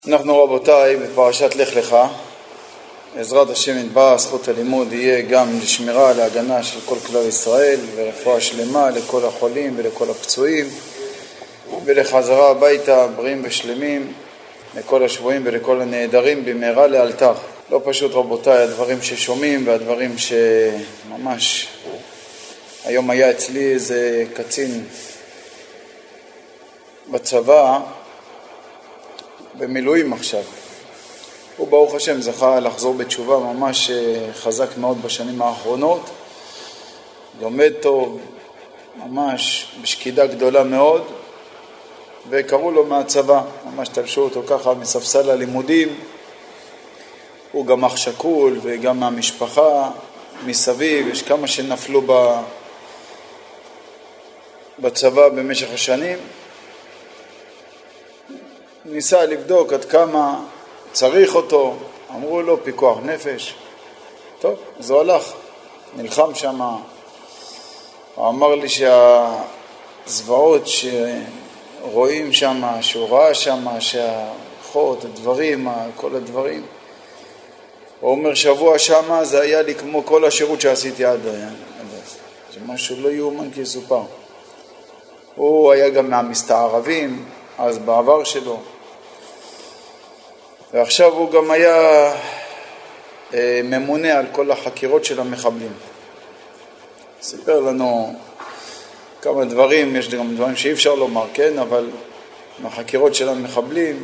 אנחנו רבותיי בפרשת לך לך. בעזרת השם יתברך זכות הלימוד יהיה גם לשמירה להגנה של כל כלל ישראל ורפואה שלמה לכל החולים ולכל הפצועים ולחזרה הביתה בריאים ושלמים לכל השבויים ולכל הנעדרים במהרה לאלתר. לא פשוט רבותיי הדברים ששומעים והדברים שממש היום היה אצלי איזה קצין בצבא במילואים עכשיו. הוא ברוך השם זכה לחזור בתשובה ממש חזק מאוד בשנים האחרונות. לומד טוב, ממש בשקידה גדולה מאוד. וקראו לו מהצבא, ממש תלשו אותו ככה מספסל הלימודים. הוא גם אח שכול וגם מהמשפחה מסביב. יש כמה שנפלו בצבא במשך השנים. ניסה לבדוק עד כמה צריך אותו, אמרו לו פיקוח נפש. טוב, אז הוא הלך, נלחם שם. הוא אמר לי שהזוועות שרואים שם, שהוא ראה שם, שהאחות, הדברים, כל הדברים. הוא אומר שבוע שם זה היה לי כמו כל השירות שעשיתי עד אז. זה משהו לא יאומן כי יסופר. הוא היה גם מהמסתערבים, אז בעבר שלו. ועכשיו הוא גם היה ממונה על כל החקירות של המחבלים. סיפר לנו כמה דברים, יש גם דברים שאי אפשר לומר, כן, אבל מהחקירות של המחבלים,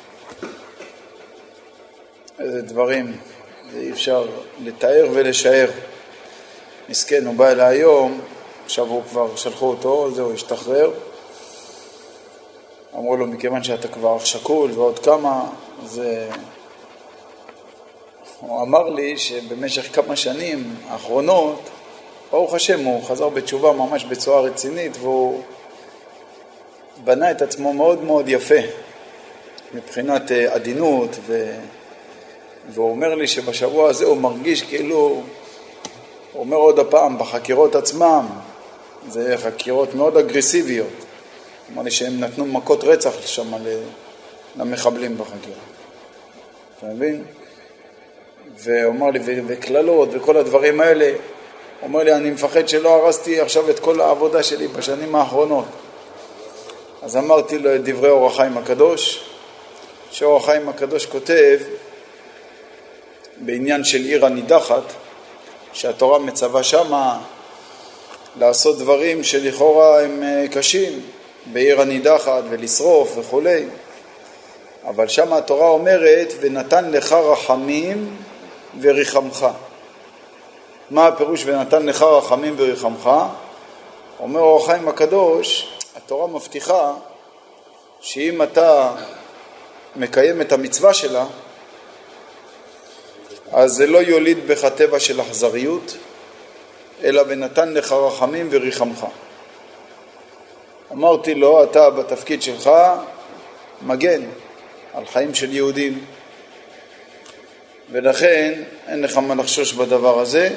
איזה דברים, אי אפשר לתאר ולשער. מסכן, הוא בא אליי היום, עכשיו הוא כבר שלחו אותו, זהו, השתחרר. אמרו לו, מכיוון שאתה כבר אח שכול ועוד כמה, הוא אמר לי שבמשך כמה שנים האחרונות, ברוך השם, הוא חזר בתשובה ממש בצורה רצינית, והוא בנה את עצמו מאוד מאוד יפה, מבחינת עדינות, והוא אומר לי שבשבוע הזה הוא מרגיש כאילו, הוא אומר עוד הפעם, בחקירות עצמם, זה חקירות מאוד אגרסיביות, אמר לי שהם נתנו מכות רצח שם למחבלים בחקירה. אתה מבין? והוא אמר לי, וכללות וכל הדברים האלה, הוא אומר לי, אני מפחד שלא הרסתי עכשיו את כל העבודה שלי בשנים האחרונות. אז אמרתי לו את דברי אור החיים הקדוש, שאור החיים הקדוש כותב בעניין של עיר הנידחת, שהתורה מצווה שמה לעשות דברים שלכאורה הם קשים, בעיר הנידחת ולשרוף וכו'. אבל שם התורה אומרת, ונתן לך רחמים וריחמך. מה הפירוש ונתן לך רחמים וריחמך? אומר אור החיים הקדוש, התורה מבטיחה שאם אתה מקיים את המצווה שלה, אז זה לא יוליד בך טבע של אכזריות, אלא ונתן לך רחמים וריחמך. אמרתי לו, אתה בתפקיד שלך מגן על חיים של יהודים, ולכן אין לך מה לחשוש בדבר הזה,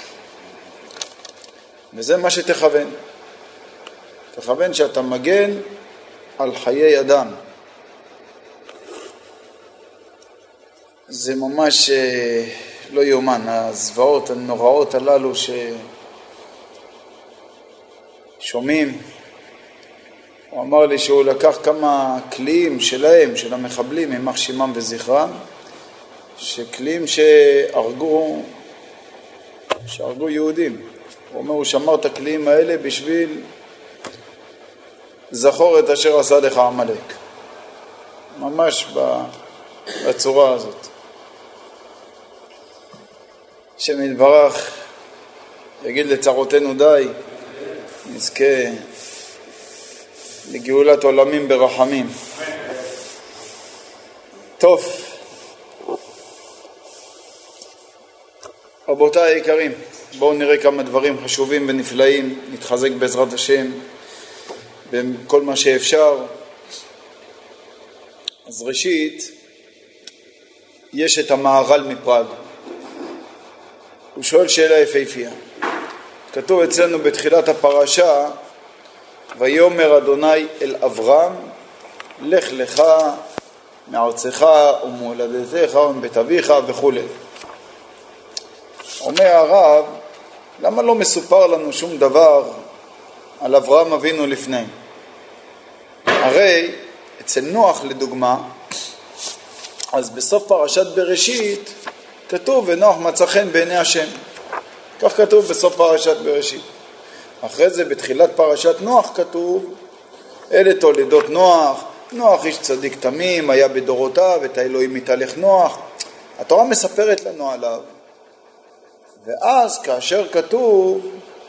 וזה מה שתכוון. תכוון שאתה מגן על חיי אדם. זה ממש לא יאומן, הזוועות הנוראות הללו ששומעים. הוא אמר לי שהוא לקח כמה כלים שלהם, של המחבלים, יימח שמם וזכרם, שכלים שהרגו יהודים. הוא אומר, הוא שמר את הכלים האלה בשביל זכור את אשר עשה לך עמלק. ממש בצורה הזאת. השם יתברך, יגיד לצרותינו די, נזכה לגאולת עולמים ברחמים. טוב, רבותיי היקרים, בואו נראה כמה דברים חשובים ונפלאים, נתחזק בעזרת השם בכל מה שאפשר. אז ראשית, יש את המהר"ל מפראג. הוא שואל שאלה יפהפייה. כתוב אצלנו בתחילת הפרשה, ויאמר אדוני אל אברהם לך לך מארצך ומולדתך ומבית אביך וכו'. אומר הרב, למה לא מסופר לנו שום דבר על אברהם אבינו לפני? הרי אצל נוח לדוגמה, אז בסוף פרשת בראשית כתוב ונוח מצא חן בעיני השם. כך כתוב בסוף פרשת בראשית. אחרי זה בתחילת פרשת נוח כתוב אלה תולדות נוח, נוח איש צדיק תמים, היה בדורותיו, את האלוהים מתהלך נוח. התורה מספרת לנו עליו. ואז כאשר כתוב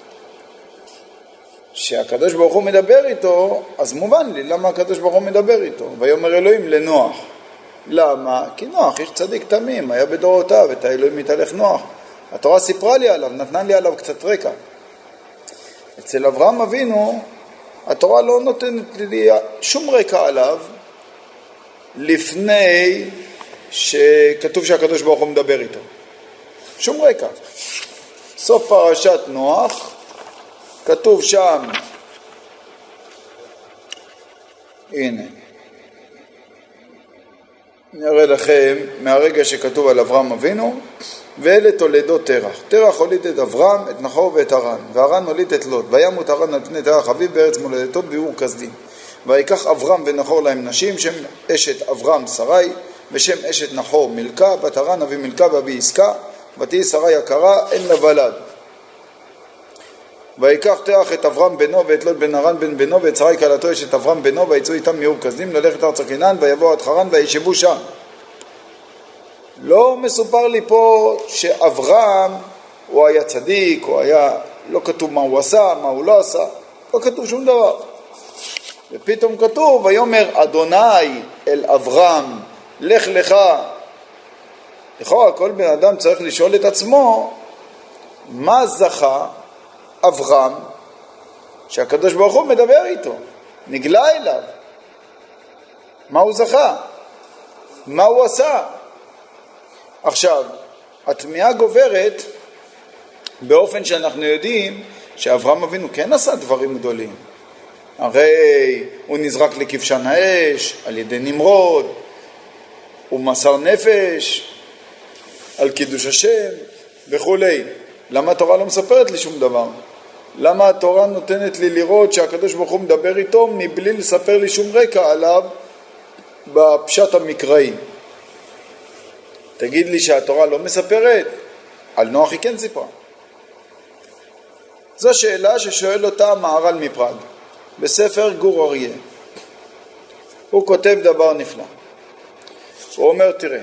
שהקדוש ברוך הוא מדבר איתו, אז מובן לי למה הקדוש ברוך הוא מדבר איתו. ויאמר אלוהים לנוח. למה? כי נוח איש צדיק תמים, היה בדורותיו, את האלוהים מתהלך נוח. התורה סיפרה לי עליו, נתנה לי עליו קצת רקע. אצל אברהם אבינו, התורה לא נותנת לי שום רקע עליו, לפני שכתוב שהקדוש ברוך הוא מדבר איתו. שום רקע. סוף פרשת נוח, כתוב שם, הנה, נראה לכם מהרגע שכתוב על אברהם אבינו, ואלה תולדות תרח. תרח הוליד את אברהם, את נחור ואת הרן, והרן הוליד את לוט, וימות הרן על פני תרח אביו בארץ מולדתו בביאור כסדים. ויקח אברהם ונחור להם נשים, שם אשת אברהם שרי, ושם אשת נחור מלכה, בת הרן אבי מלכה ואבי עסקה, ותהי שרי יקרה, אין לה ולד. ויקח תרח את אברהם בנו ואת לוט בן הרן בן בנו ואת שרי כלתו אשת אברהם בנו, ויצאו איתם מאור כסדים ללכת ארצה כנען, ויבואו עד חרן וישבו שם. לא מסופר לי פה שאברהם הוא היה צדיק, הוא היה, לא כתוב מה הוא עשה, מה הוא לא עשה, לא כתוב שום דבר. ופתאום כתוב, ויאמר אדוני אל אברהם, לך לך. לכאורה כל בן אדם צריך לשאול את עצמו, מה זכה אברהם שהקדוש ברוך הוא מדבר איתו, נגלה אליו? מה הוא זכה? מה הוא עשה? עכשיו, התמיהה גוברת באופן שאנחנו יודעים שאברהם אבינו כן עשה דברים גדולים. הרי הוא נזרק לכבשן האש על ידי נמרוד, הוא מסר נפש על קידוש השם וכו'. למה התורה לא מספרת לי שום דבר? למה התורה נותנת לי לראות שהקדוש ברוך הוא מדבר איתו מבלי לספר לי שום רקע עליו בפשט המקראי? תגיד לי שהתורה לא מספרת? על נוח היא כן סיפרה. זו שאלה ששואל אותה המהר"ל מפראג בספר גור אריה. הוא כותב דבר נפלא. הוא אומר, תראה,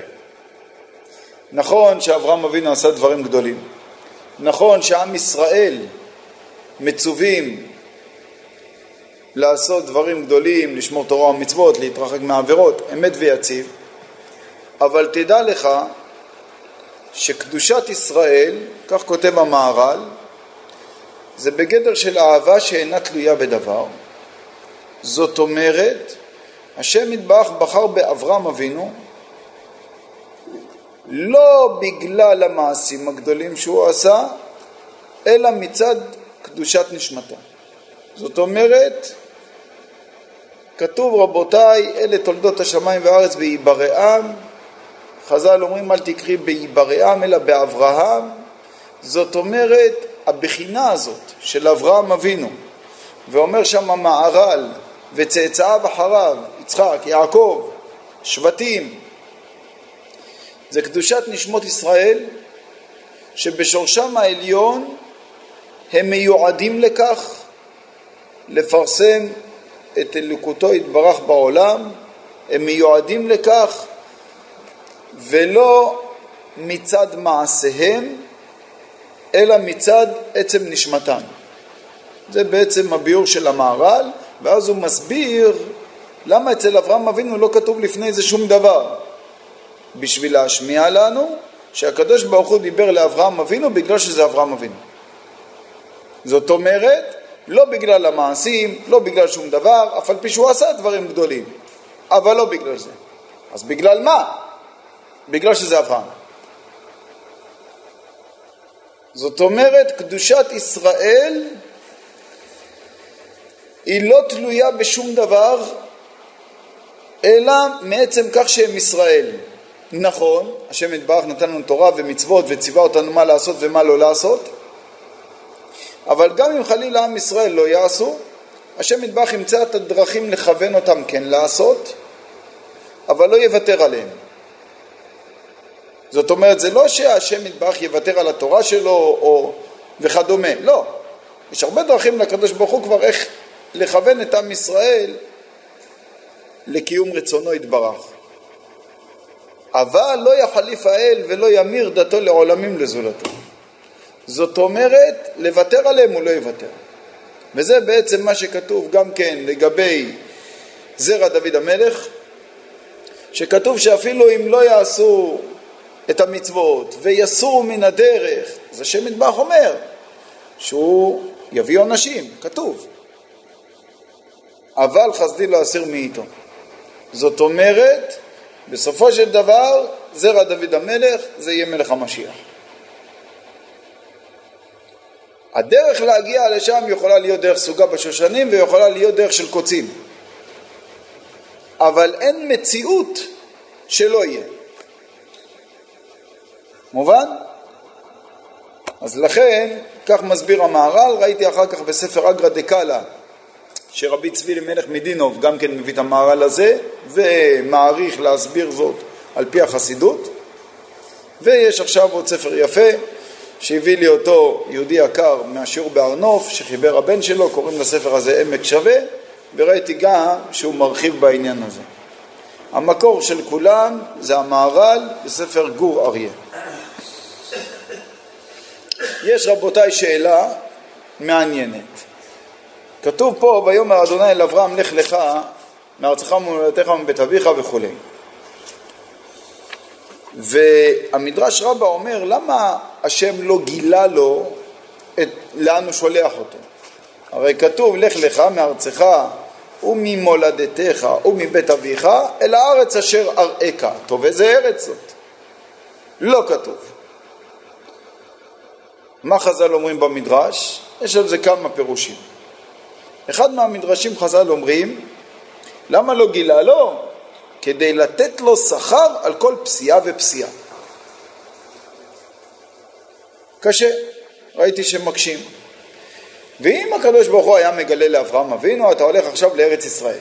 נכון שאברהם אבינו עשה דברים גדולים, נכון שעם ישראל מצווים לעשות דברים גדולים, לשמור תורה ומצוות, להתרחק מהעבירות, אמת ויציב, אבל תדע לך שקדושת ישראל, כך כותב המהר"ל, זה בגדר של אהבה שאינה תלויה בדבר. זאת אומרת, השם יתברך בחר באברהם אבינו לא בגלל המעשים הגדולים שהוא עשה, אלא מצד קדושת נשמתו. זאת אומרת, כתוב רבותיי, אלה תולדות השמיים והארץ בהיברעם, חז"ל אומרים אל תקרי בהיברעם אלא באברהם. זאת אומרת, הבחינה הזאת של אברהם אבינו, ואומר שם המהר"ל וצאצאיו אחריו, יצחק, יעקב, שבטים, זה קדושת נשמות ישראל שבשורשם העליון הם מיועדים לכך לפרסם את אלוקותו יתברך בעולם. הם מיועדים לכך ולא מצד מעשיהם אלא מצד עצם נשמתם. זה בעצם הביאור של המהר"ל, ואז הוא מסביר למה אצל אברהם אבינו לא כתוב לפני זה שום דבר, בשביל להשמיע לנו שהקדוש ברוך הוא דיבר לאברהם אבינו בגלל שזה אברהם אבינו. זאת אומרת, לא בגלל המעשים, לא בגלל שום דבר, אף על פי שהוא עשה דברים גדולים, אבל לא בגלל זה. אז בגלל מה? בגלל שזה אברהם. זאת אומרת, קדושת ישראל היא לא תלויה בשום דבר, אלא מעצם כך שהם ישראל. נכון, השם יתברך נתן לנו תורה ומצוות וציווה אותנו מה לעשות ומה לא לעשות, אבל גם אם חלילה עם ישראל לא יעשו, השם יתברך ימצא את הדרכים לכוון אותם כן לעשות, אבל לא יוותר עליהם. זאת אומרת, זה לא שהשם יתברך יוותר על התורה שלו או וכדומה, לא. יש הרבה דרכים לקדוש ברוך הוא כבר איך לכוון את עם ישראל לקיום רצונו יתברך. אבל לא יחליף האל ולא ימיר דתו לעולמים לזולתו. זאת אומרת, לוותר עליהם הוא לא יוותר. וזה בעצם מה שכתוב גם כן לגבי זרע דוד המלך, שכתוב שאפילו אם לא יעשו את המצוות ויסורו מן הדרך, אז השם יתברך אומר שהוא יביא עונשים, כתוב. אבל חסדי לא אסיר מאיתו. זאת אומרת, בסופו של דבר, זרע דוד המלך, זה יהיה מלך המשיח. הדרך להגיע לשם יכולה להיות דרך סוגה בשושנים, ויכולה להיות דרך של קוצים. אבל אין מציאות שלא יהיה. מובן? אז לכן, כך מסביר המהר"ל, ראיתי אחר כך בספר אגרא דקאלה, שרבי צבי למלך מדינוב גם כן מביא את המהר"ל הזה, ומעריך להסביר זאת על פי החסידות. ויש עכשיו עוד ספר יפה, שהביא לי אותו יהודי יקר מהשיעור בהר נוף, שחיבר הבן שלו, קוראים לספר הזה עמק שווה, וראיתי גם שהוא מרחיב בעניין הזה. המקור של כולם זה המהר"ל בספר גור אריה. יש רבותיי שאלה מעניינת. כתוב פה, ויאמר אדוני אל אברהם, לך לך מארצך וממולדתך ומבית אביך וכו'. והמדרש רבה אומר, למה השם לא גילה לו לאן הוא שולח אותו? הרי כתוב, לך לך מארצך וממולדתך ומבית אביך אל הארץ אשר אראך. טוב, איזה ארץ זאת? לא כתוב. מה חז"ל אומרים במדרש? יש על זה כמה פירושים. אחד מהמדרשים חז"ל אומרים, למה לא גילה לו? כדי לתת לו שכר על כל פסיעה ופסיעה. קשה, ראיתי שמקשים. ואם הקדוש ברוך הוא היה מגלה לאברהם אבינו, אתה הולך עכשיו לארץ ישראל.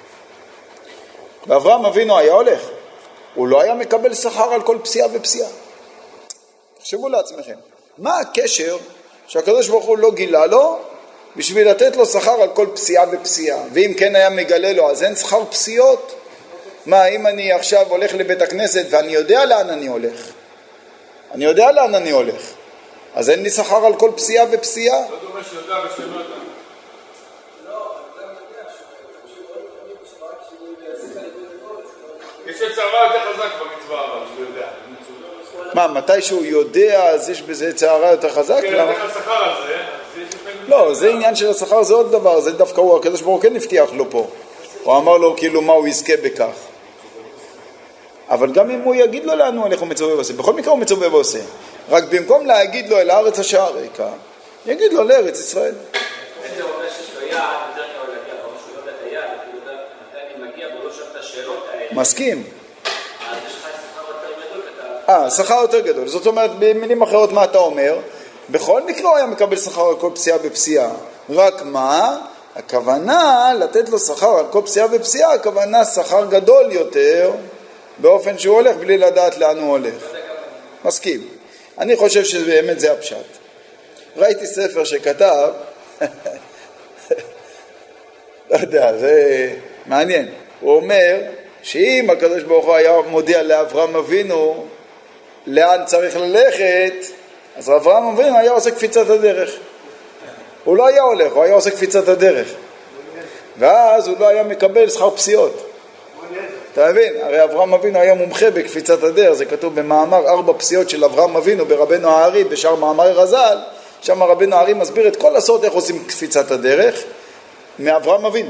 ואברהם אבינו היה הולך, הוא לא היה מקבל שכר על כל פסיעה ופסיעה. תחשבו לעצמכם, מה הקשר שהקדוש ברוך הוא לא גילה לו, בשביל לתת לו שכר על כל פסיעה ופסיעה? ואם כן היה מגלה לו, אז אין שכר פסיעות? מה, אם אני עכשיו הולך לבית הכנסת ואני יודע לאן אני הולך, אני יודע לאן אני הולך, אז אין לי שכר על כל פסיעה ופסיעה? לא דומה שיודע ושלא יודע. יש צערה יותר חזק במצווה, אבל שהוא יודע. מה, מתי שהוא יודע, אז יש בזה צערה יותר חזק? כן, יש לך שכר על זה. לא, זה עניין של השכר, זה עוד דבר, זה דווקא הוא, הקדוש ברוך הוא כן הבטיח לו פה. הוא אמר לו כאילו מה הוא יזכה בכך. אבל גם אם הוא יגיד לו לאן הוא הולך הוא מצווה ועושה, בכל מקרה הוא מצווה ועושה. רק במקום להגיד לו אל הארץ אשר אראך, יגיד לו לארץ ישראל. זה אומר שיש לו יעד, יותר קרוב להגיע, או שהוא יודע את היעד, הוא יודע מתי אני מגיע, והוא לא שואל את השאלות האלה. מסכים. אז יש לך שכר יותר גדול. שכר יותר גדול. זאת אומרת, במילים אחרות מה אתה אומר? בכל מקרה הוא היה מקבל שכר על כל פסיעה ופסיעה. רק מה? הכוונה לתת לו שכר על כל פסיעה ופסיעה, הכוונה שכר גדול יותר, באופן שהוא הולך בלי לדעת לאן הוא הולך. מסכים. אני חושב שבאמת זה הפשט. ראיתי ספר שכתב, לא יודע, זה מעניין. הוא אומר שאם הקדוש ברוך הוא היה מודיע לאברהם אבינו לאן צריך ללכת, אז אברהם אבינו היה עושה קפיצת הדרך. הוא לא היה הולך, הוא היה עושה קפיצת הדרך. ואז הוא לא היה מקבל שכר פסיעות. אתה מבין? הרי אברהם אבינו היה מומחה בקפיצת הדרך, זה כתוב במאמר 4 פסיעות של אברהם אבינו ברבנו הארי, בשאר מאמרי רז"ל, שם רבנו הארי מסביר את כל הסוד איך עושים קפיצת הדרך מאברהם אבינו.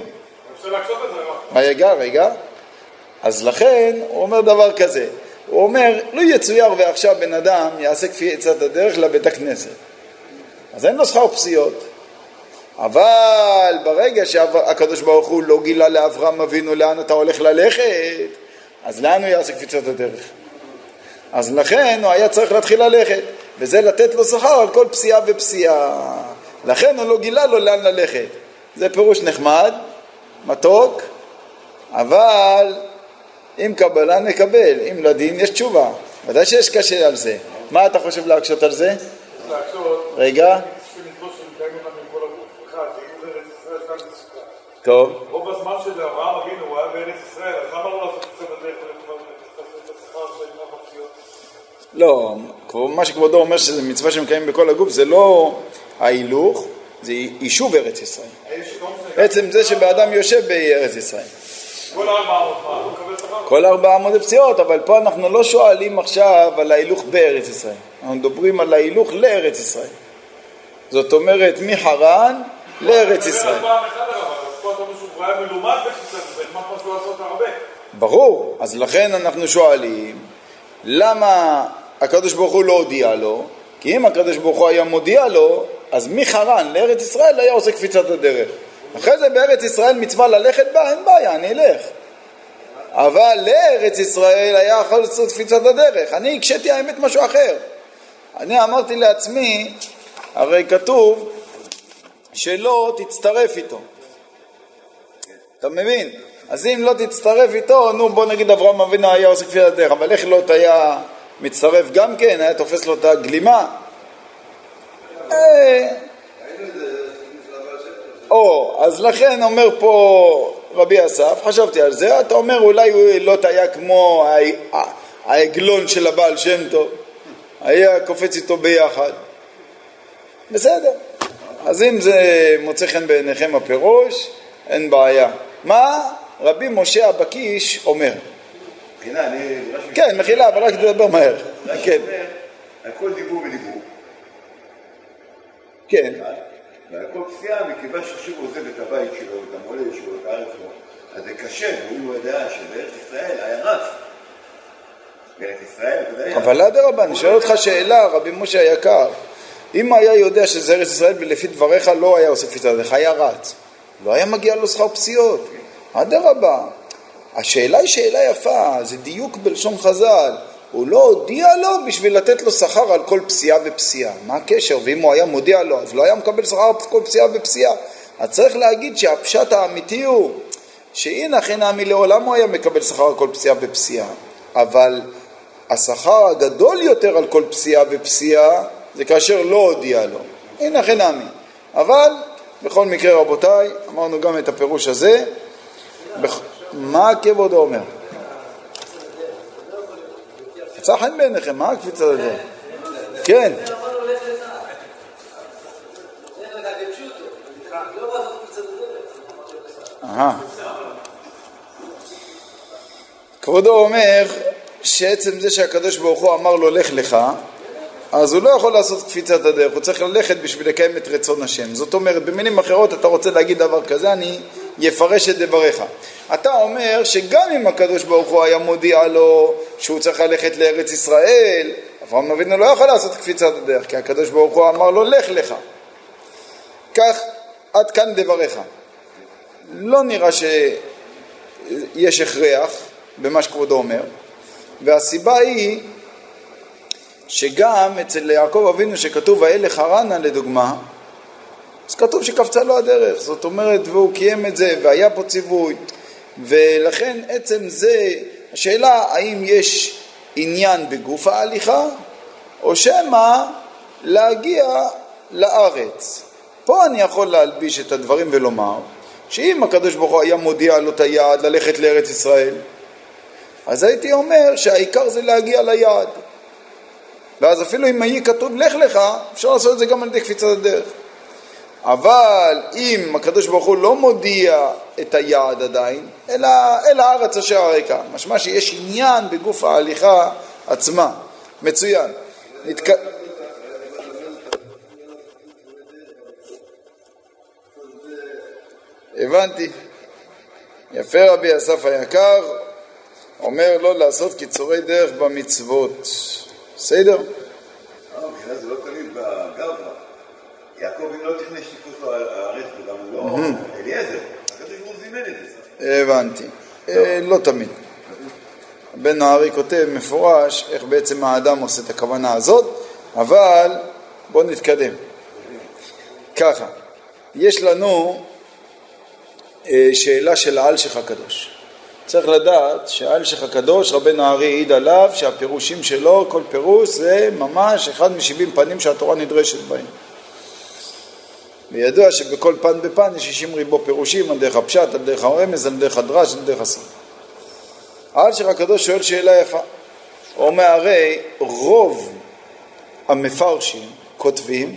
רגע. אז לכן הוא אומר דבר כזה, הוא אומר, לא יצויר ועכשיו בן אדם יעשה קפיצת הדרך לבית הכנסת. אז אין לו שכר פסיעות. אבל ברגע שהקדוש ברוך הוא לא גילה לאברהם אבינו לאן אתה הולך ללכת, אז לאן הוא יעשה קפיצת הדרך? אז לכן הוא היה צריך להתחיל ללכת, וזה לתת לו שכר על כל פסיעה ופסיעה. לכן הוא לא גילה לו לאן ללכת. זה פירוש נחמד, מתוק, אבל אם קבלה נקבל, אם לדין יש תשובה. ודאי שיש קשה על זה. מה אתה חושב להקשות על זה? רגע. טוב. רוב הזמן של אברהם אבינו הוא היה בארץ ישראל, אז למה לא לעשות קצת הדרך לשכר של המפציעות? לא, מה שכבודו אומר שזה מצווה שמקיים בכל הגוף, זה לא ההילוך, זה יישוב ארץ ישראל. בעצם זה שבאדם יושב בארץ ישראל. כל 400 מה? הוא מקבל שכר? כל 400 פסיעות, אבל פה אנחנו לא שואלים עכשיו על ההילוך בארץ ישראל. אנחנו מדברים על ההילוך לארץ ישראל. זאת אומרת, מחרן לארץ ישראל. ברור, אז לכן אנחנו שואלים, למה הקדוש ברוך הוא לא הודיע לו? כי אם הקדוש ברוך הוא היה מודיע לו, אז מחרן לארץ ישראל היה עושה קפיצת הדרך. אחרי זה בארץ ישראל מצווה ללכת בה, אין בעיה, אני אלך. אבל לארץ ישראל היה יכול לעשות קפיצת הדרך. אני הקשתי האמת משהו אחר. אני אמרתי לעצמי, הרי כתוב שלא תצטרף איתו. אתה מבין? אז אם לא תצטרף איתו, נו בוא נגיד אברהם אבינו היה עושה קפיצת הדרך, אבל איך לא היה מצטרף גם כן, היה תופס לו את הגלימה. אז לכן אומר פה רבי אסף, חשבתי על זה, אתה אומר אולי הוא לא היה כמו העגלון של הבעל שם טוב, היה קופץ איתו ביחד. בסדר. אז אם זה מוצא חן בעיניכם הפירוש, אין בעיה. מה רבי משה הבקיש אומר? מחילה, כן, מחילה, אבל רק תדבר מהר. כן. על כל דיבור ודיבור. כן. ועל כל פסיעה, מכיוון ששוב עוזב את הבית שלו, את המולדת שלו, את הארץ שלו, אז זה קשה, ואם הוא יודע שבארץ ישראל היה רץ. בארץ ישראל, אתה יודע. אבל אדרבה, אני שואל אותך שאלה, רבי משה היקר. אם היה יודע שזה ארץ ישראל ולפי דבריך לא היה עושה קפיצת הדרך, היה רץ. לא היה מגיע לו שכר פסיעות. אדרבה. השאלה היא שאלה יפה, זה דיוק בלשון חז"ל. הוא לא הודיע לו בשביל לתת לו שכר על כל פסיעה ופסיעה. מה הקשר? ואם הוא היה מודיע לו, אז לא היה מקבל שכר על כל פסיעה ופסיעה. אז צריך להגיד שהפשט האמיתי הוא, שהנה חינמי לעולם הוא היה מקבל שכר על כל פסיעה ופסיעה. אבל השכר הגדול יותר על כל פסיעה ופסיעה, זה כאשר לא הודיע לו. הנה חינמי. אבל בכל מקרה רבותיי, אמרנו גם את הפירוש הזה. מה כבודו אומר? יצא חן בעיניכם, מה הקפיצה לדרך? כן. כבודו אומר שעצם זה שהקדוש ברוך הוא אמר לו לך לך, אז הוא לא יכול לעשות קפיצת הדרך, הוא צריך ללכת בשביל לקיים את רצון השם. זאת אומרת, במילים אחרות אתה רוצה להגיד דבר כזה, אני יפרש את דבריך. אתה אומר שגם אם הקדוש ברוך הוא היה מודיע לו שהוא צריך ללכת לארץ ישראל, אברהם אבינו לא יכול לעשות קפיצת הדרך, כי הקדוש ברוך הוא אמר לו לך לך. כך עד כאן דבריך. לא נראה שיש הכרח במה שכבודו אומר, והסיבה היא שגם אצל יעקב אבינו שכתוב האלה חרנה לדוגמה, אז כתוב שקפצה לו הדרך, זאת אומרת, והוא קיים את זה, והיה פה ציווי, ולכן עצם זה, השאלה האם יש עניין בגוף ההליכה, או שמה להגיע לארץ. פה אני יכול להלביש את הדברים ולומר, שאם הקדוש ברוך הוא היה מודיע לו את היעד ללכת לארץ ישראל, אז הייתי אומר שהעיקר זה להגיע ליעד. ואז אפילו אם יהיה כתוב לך לך, אפשר לעשות את זה גם על ידי קפיצת הדרך. אבל אם הקדוש ברוך הוא לא מודיע את היעד עדיין, אלא הארץ אשר הרקע, משמע שיש עניין בגוף ההליכה עצמה. מצוין. הבנתי. יפה רבי אסף היקר, אומר לא לעשות קיצורי דרך במצוות. בסדר? זה לא תמיד בגרבה. יעקב לא תכנס שתקפוץ לו על הארץ וגם לא אליעזר, הקדוש ברוך הוא זימן את זה. הבנתי, לא תמיד. בן הארי כותב מפורש איך בעצם האדם עושה את הכוונה הזאת, אבל בואו נתקדם. ככה, יש לנו שאלה של האלשיך הקדוש. צריך לדעת שהאלשיך הקדוש, רבנו הארי העיד עליו שהפירושים שלו, כל פירוש זה ממש אחד מ70 פנים שהתורה נדרשת בהם. וידוע שבכל פן בפן יש 60 ריבו פירושים, על דרך הפשט, על דרך הרמז, על דרך הדרש, על דרך הסוד. האלשיך הקדוש שואל שאלה יפה. הוא אומר, הרי רוב המפרשים כותבים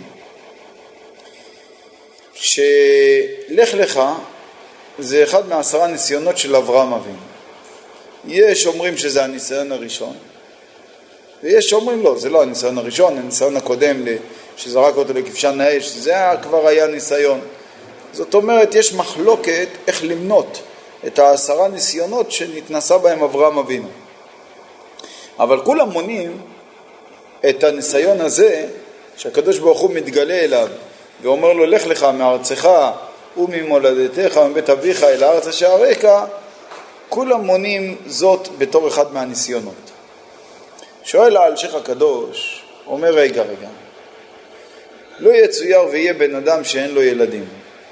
שלך לך זה אחד מ10 ניסיונות של אברהם אבינו. יש אומרים שזה הניסיון הראשון, ויש אומרים לא, זה לא הניסיון הראשון, הניסיון הקודם שזרק אותו לכבשן האש, זה כבר היה ניסיון. זאת אומרת, יש מחלוקת איך למנות את 10 ניסיונות שנתנסה בהם אברהם אבינו. אבל כולם מונים את הניסיון הזה, שהקדוש ברוך הוא מתגלה אליו, ואומר לו, לך לך מארצך וממולדתך ומבית אביך אל הארץ אשר אראך, כולם מונים זאת בתור אחד מהניסיונות. שואל האלשיך הקדוש, אומר רגע, לא יצויר ויהיה בן אדם שאין לו ילדים.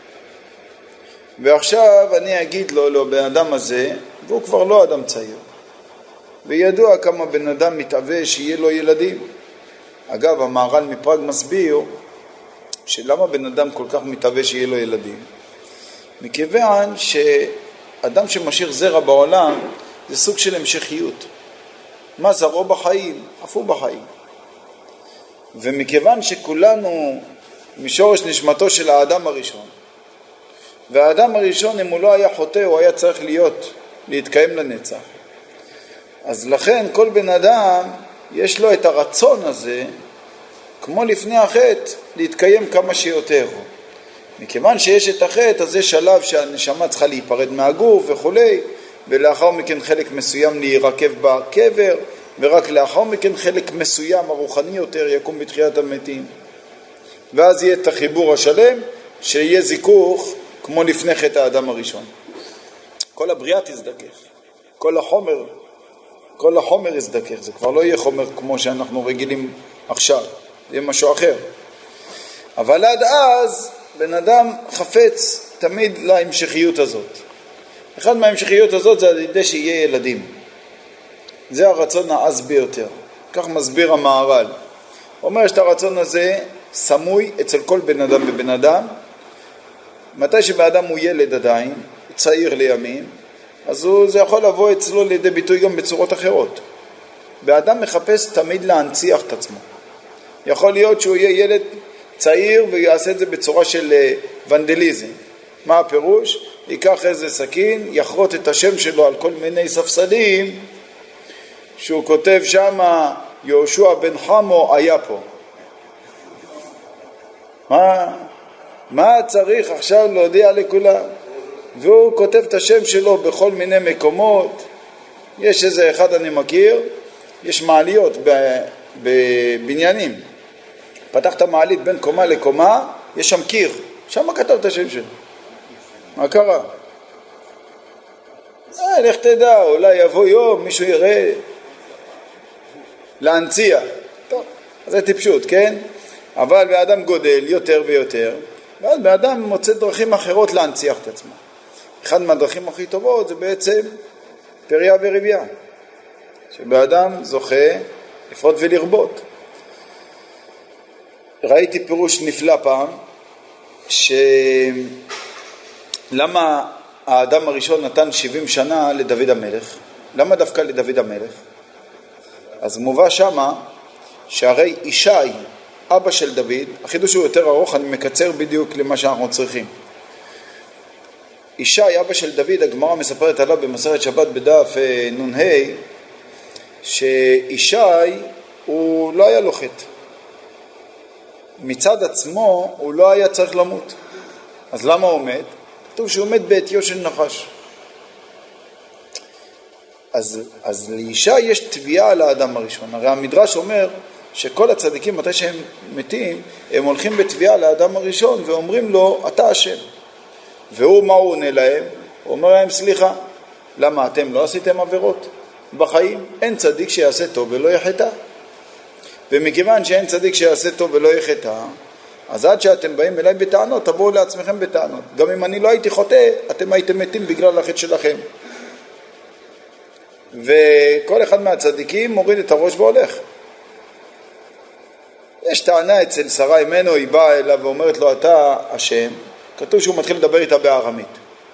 ועכשיו אני אגיד לו בן אדם הזה, והוא כבר לא אדם צעיר. וידוע כמה בן אדם מתאווה שיהיה לו ילדים. אגב, המהר"ל מפראג מסביר שלמה בן אדם כל כך מתאווה שיהיה לו ילדים. מכיוון שאדם שמשאיר זרע בעולם זה סוג של המשכיות. מה זרעו בחיים? אף הוא בחיים. ומכיוון שכולנו משורש נשמתו של האדם הראשון, והאדם הראשון אם הוא לא היה חוטא הוא היה צריך להתקיים לנצח. אז לכן כל בן אדם יש לו את הרצון הזה, כמו לפני החטא, להתקיים כמה שיותר. מכיוון שיש את החטא, אז יש שלב שהנשמה צריכה להיפרד מהגוף וכו', ולאחר מכן חלק מסוים להירקב בקבר, ורק לאחר מכן חלק מסוים הרוחני יותר יקום בתחיית המתים. ואז יהיה את החיבור השלם, שיהיה זיכוך כמו לפני חטא האדם הראשון. כל הבריאה תזדכך, כל החומר יזדכך, זה כבר לא יהיה חומר כמו שאנחנו רגילים עכשיו, זה יהיה משהו אחר. אבל עד אז בן אדם חפץ תמיד להמשכיות הזאת. אחד מההמשכיות הזאת זה על ידי שיהיה ילדים. זה הרצון העז ביותר. כך מסביר המהר"ל. הוא אומר שאת הרצון הזה סמוי אצל כל בן אדם ובן אדם. מתי שבאדם הוא ילד עדיין, צעיר לימים, אז זה יכול לבוא אצלו לידי ביטוי גם בצורות אחרות. באדם מחפש תמיד להנציח את עצמו. יכול להיות שהוא יהיה ילד צעיר ויעשה את זה בצורה של ונדליזם. מה הפירוש? ייקח איזה סכין, יחרוט את השם שלו על כל מיני ספסלים, שהוא כותב שם, יהושע בן חמו היה פה. מה צריך עכשיו להודיע לכולם? והוא כותב את השם שלו בכל מיני מקומות. יש איזה אחד אני מכיר, יש מעליות בבניינים. פתח את המעלית בין קומה לקומה, יש שם קיר, שם כתב את השם שלו. מה קרה? לך תדע, אולי יבוא יום, מישהו יראה להנציח. טוב, זה טיפשות, כן? אבל באדם גודל יותר ויותר, ואז באדם מוצא דרכים אחרות להנציח את עצמו. אחד מהדרכים הכי טובות זה בעצם פריה וריביה, שבאדם זוכה לפרוט ולרבות. ראיתי פירוש נפלא פעם, למה האדם הראשון נתן 70 שנה לדוד המלך? למה דווקא לדוד המלך? אז מובא שמה שהרי ישי, אבא של דוד, החידוש הוא יותר ארוך, אני מקצר בדיוק למה שאנחנו צריכים. ישי, אבא של דוד, הגמרא מספרת עליו במסכת שבת בדף נ"ה, שישי הוא לא היה לו חטא. מצד עצמו הוא לא היה צריך למות. אז למה הוא מת? כתוב שהוא מת בעטיו של נחש. אז לישי יש תביעה על האדם הראשון. הרי המדרש אומר שכל הצדיקים, מתי שהם מתים, הם הולכים בתביעה לאדם הראשון ואומרים לו, אתה אשם. והוא, מה הוא עונה להם? הוא אומר להם, סליחה, למה אתם לא עשיתם עבירות? בחיים אין צדיק שיעשה טוב ולא יחטא. ומכיוון שאין צדיק שיעשה טוב ולא יחטא, אז עד שאתם באים אליי בטענות, תבואו לעצמכם בטענות. גם אם אני לא הייתי חוטא, אתם הייתם מתים בגלל החטא שלכם. וכל אחד מהצדיקים מוריד את הראש והולך. יש טענה אצל שרה אמנו, היא באה אליו ואומרת לו, אתה אשם. כתוב שהוא מתחיל לדבר איתה בארמית.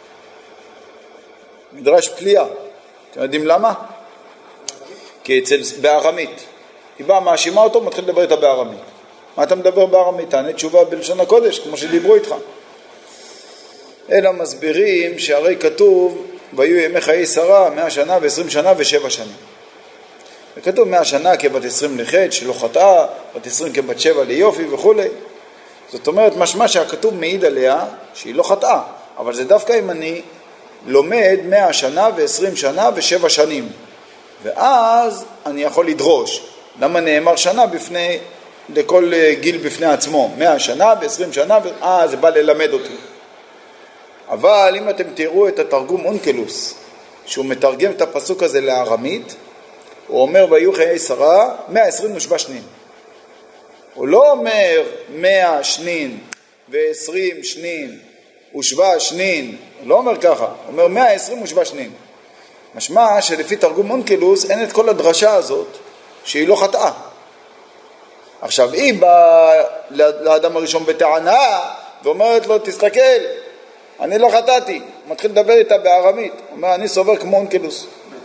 מדרש פליאה. אתם יודעים למה? כי בארמית. היא באה, מאשימה אותו, מתחיל לדבר איתה בארמית. מה אתה מדבר בארמית? תענה תשובה בלשון הקודש, כמו שדיברו איתך. אלא מסבירים שהרי כתוב, והיו ימי חיי שרה 100 שנה ו20 שנה ו7 שנים. וכתוב 100 שנה כבת 20 לחטא, שלא חטאה, בת 20 כבת 7 ליופי וכו'. זאת אומרת, משמע שהכתוב מעיד עליה שהיא לא חטאה, אבל זה דווקא אם אני לומד 100 שנה ו20 שנה ו7 שנים. ואז אני יכול לדרוש. למה נאמר שנה בפני, לכל גיל בפני עצמו? 100 שנה ו20 שנה, זה בא ללמד אותי. אבל אם אתם תראו את התרגום אונקלוס, שהוא מתרגם את הפסוק הזה לארמית, הוא אומר, והיו חיי שרה 127 שנים. הוא לא אומר 100 שנין ו20 שנין ושבע שנין, הוא לא אומר ככה, הוא אומר 127 שנין. משמע שלפי תרגום אונקלוס אין את כל הדרשה הזאת שהיא לא חטאה. עכשיו היא באה לאדם הראשון בטענה ואומרת לו, תסתכל, אני לא חטאתי. הוא מתחיל לדבר איתה בארמית, הוא אומר, אני סובר כמו אונקלוס.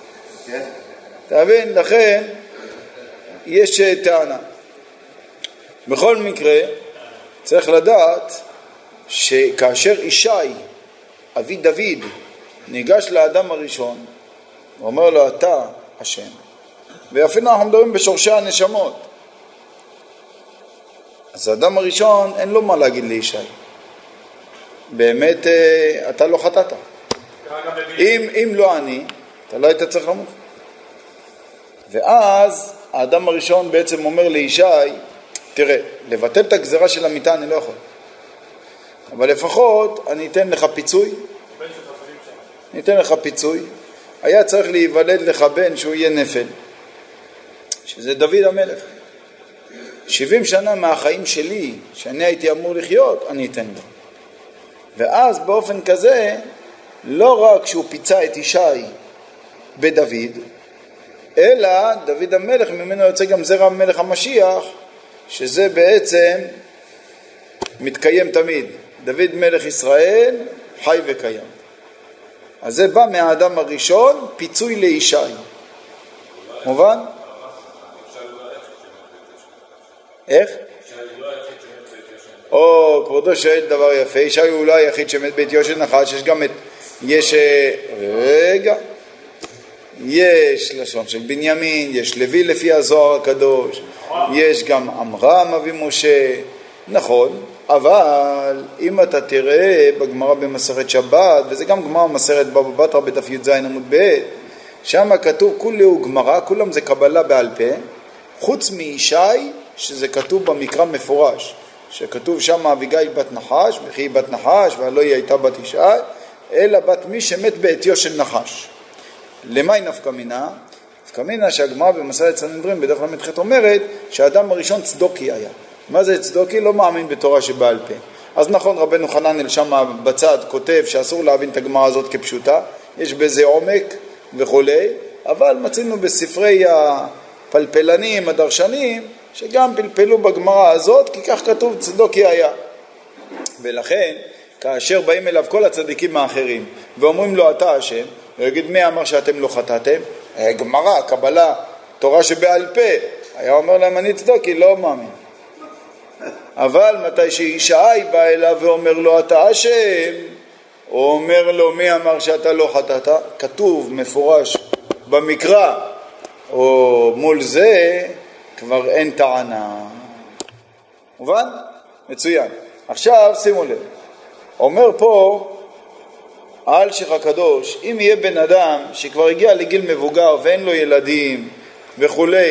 תבין, לכן יש טענה. בכל מקרה צריך לדעת שכאשר ישי אבי דוד ניגש לאדם הראשון ואומר לו, אתה השם, ואפילו אנחנו מדברים בשורשי הנשמות, אז האדם הראשון אין לו מה להגיד לישי, באמת אתה לא חטאת. אם לא אני, אתה לא היית צריך למות. ואז האדם הראשון בעצם אומר לישי, תראה, לבטל את הגזרה של המיטה אני לא יכול, אבל לפחות אני אתן לך פיצוי. אני אתן לך פיצוי. היה צריך להיוולד לך בן שהוא יהיה נפל, שזה דוד המלך. 70 שנה מהחיים שלי שאני הייתי אמור לחיות, אני אתן לו. ואז באופן כזה, לא רק שהוא פיצה את ישי בדוד, אלא דוד המלך, ממנו יוצא גם זרע המלך המשיח, שזה בעצם מתקיים תמיד. דוד מלך ישראל חי וקיים. אז זה בא מהאדם הראשון, פיצוי לישי. מובן? איך? כבודו שואל דבר יפה. ישי הוא אולי היחיד שמת בית יושן נחש. יש גם יש לשון של בנימין, יש לוי לפי הזוהר הקדוש, יש גם עמרם אבי משה, נכון, אבל אם אתה תראה בגמרא במסכת שבת, וזה גם גמרא במסכת בבא בתרא בדף י"ז עמוד ב', שם כתוב כולו גמרא, כולם זה קבלה בעל פה, חוץ מישי שזה כתוב במקרא מפורש, שכתוב שם אביגיל בת נחש, וכי בת נחש, והלא היא הייתה בת ישי, אלא בת מי שמת בעטיו של נחש. למה היא נפקא מינה? נפקא מינה שהגמרא במסכת סנהדרין בדף ל"ח אומרת שהאדם הראשון צדוקי היה. מה זה צדוקי? לא מאמין בתורה שבעל פה. אז נכון, רבנו חננאל שם בצד כותב שאסור להבין את הגמרא הזאת כפשוטה, יש בזה עומק וכולי, אבל מצינו בספרי הפלפלנים, הדרשנים, שגם פלפלו בגמרא הזאת, כי כך כתוב צדוקי היה. ולכן, כאשר באים אליו כל הצדיקים האחרים ואומרים לו אתה השם, הוא יגיד מי אמר שאתם לא חטאתם? גמרא, קבלה, תורה שבעל פה. היה אומר להם אני צדוקי, לא מאמין. אבל מתי שישי בא אליו ואומר לו אתה השם, הוא אומר לו מי אמר שאתה לא חטאת? כתוב מפורש במקרא, או מול זה כבר אין טענה. מובן? מצוין. עכשיו שימו לב, אומר פה אלשיך הקדוש, אם יהיה בן אדם שכבר הגיע לגיל מבוגר ואין לו ילדים וכולי,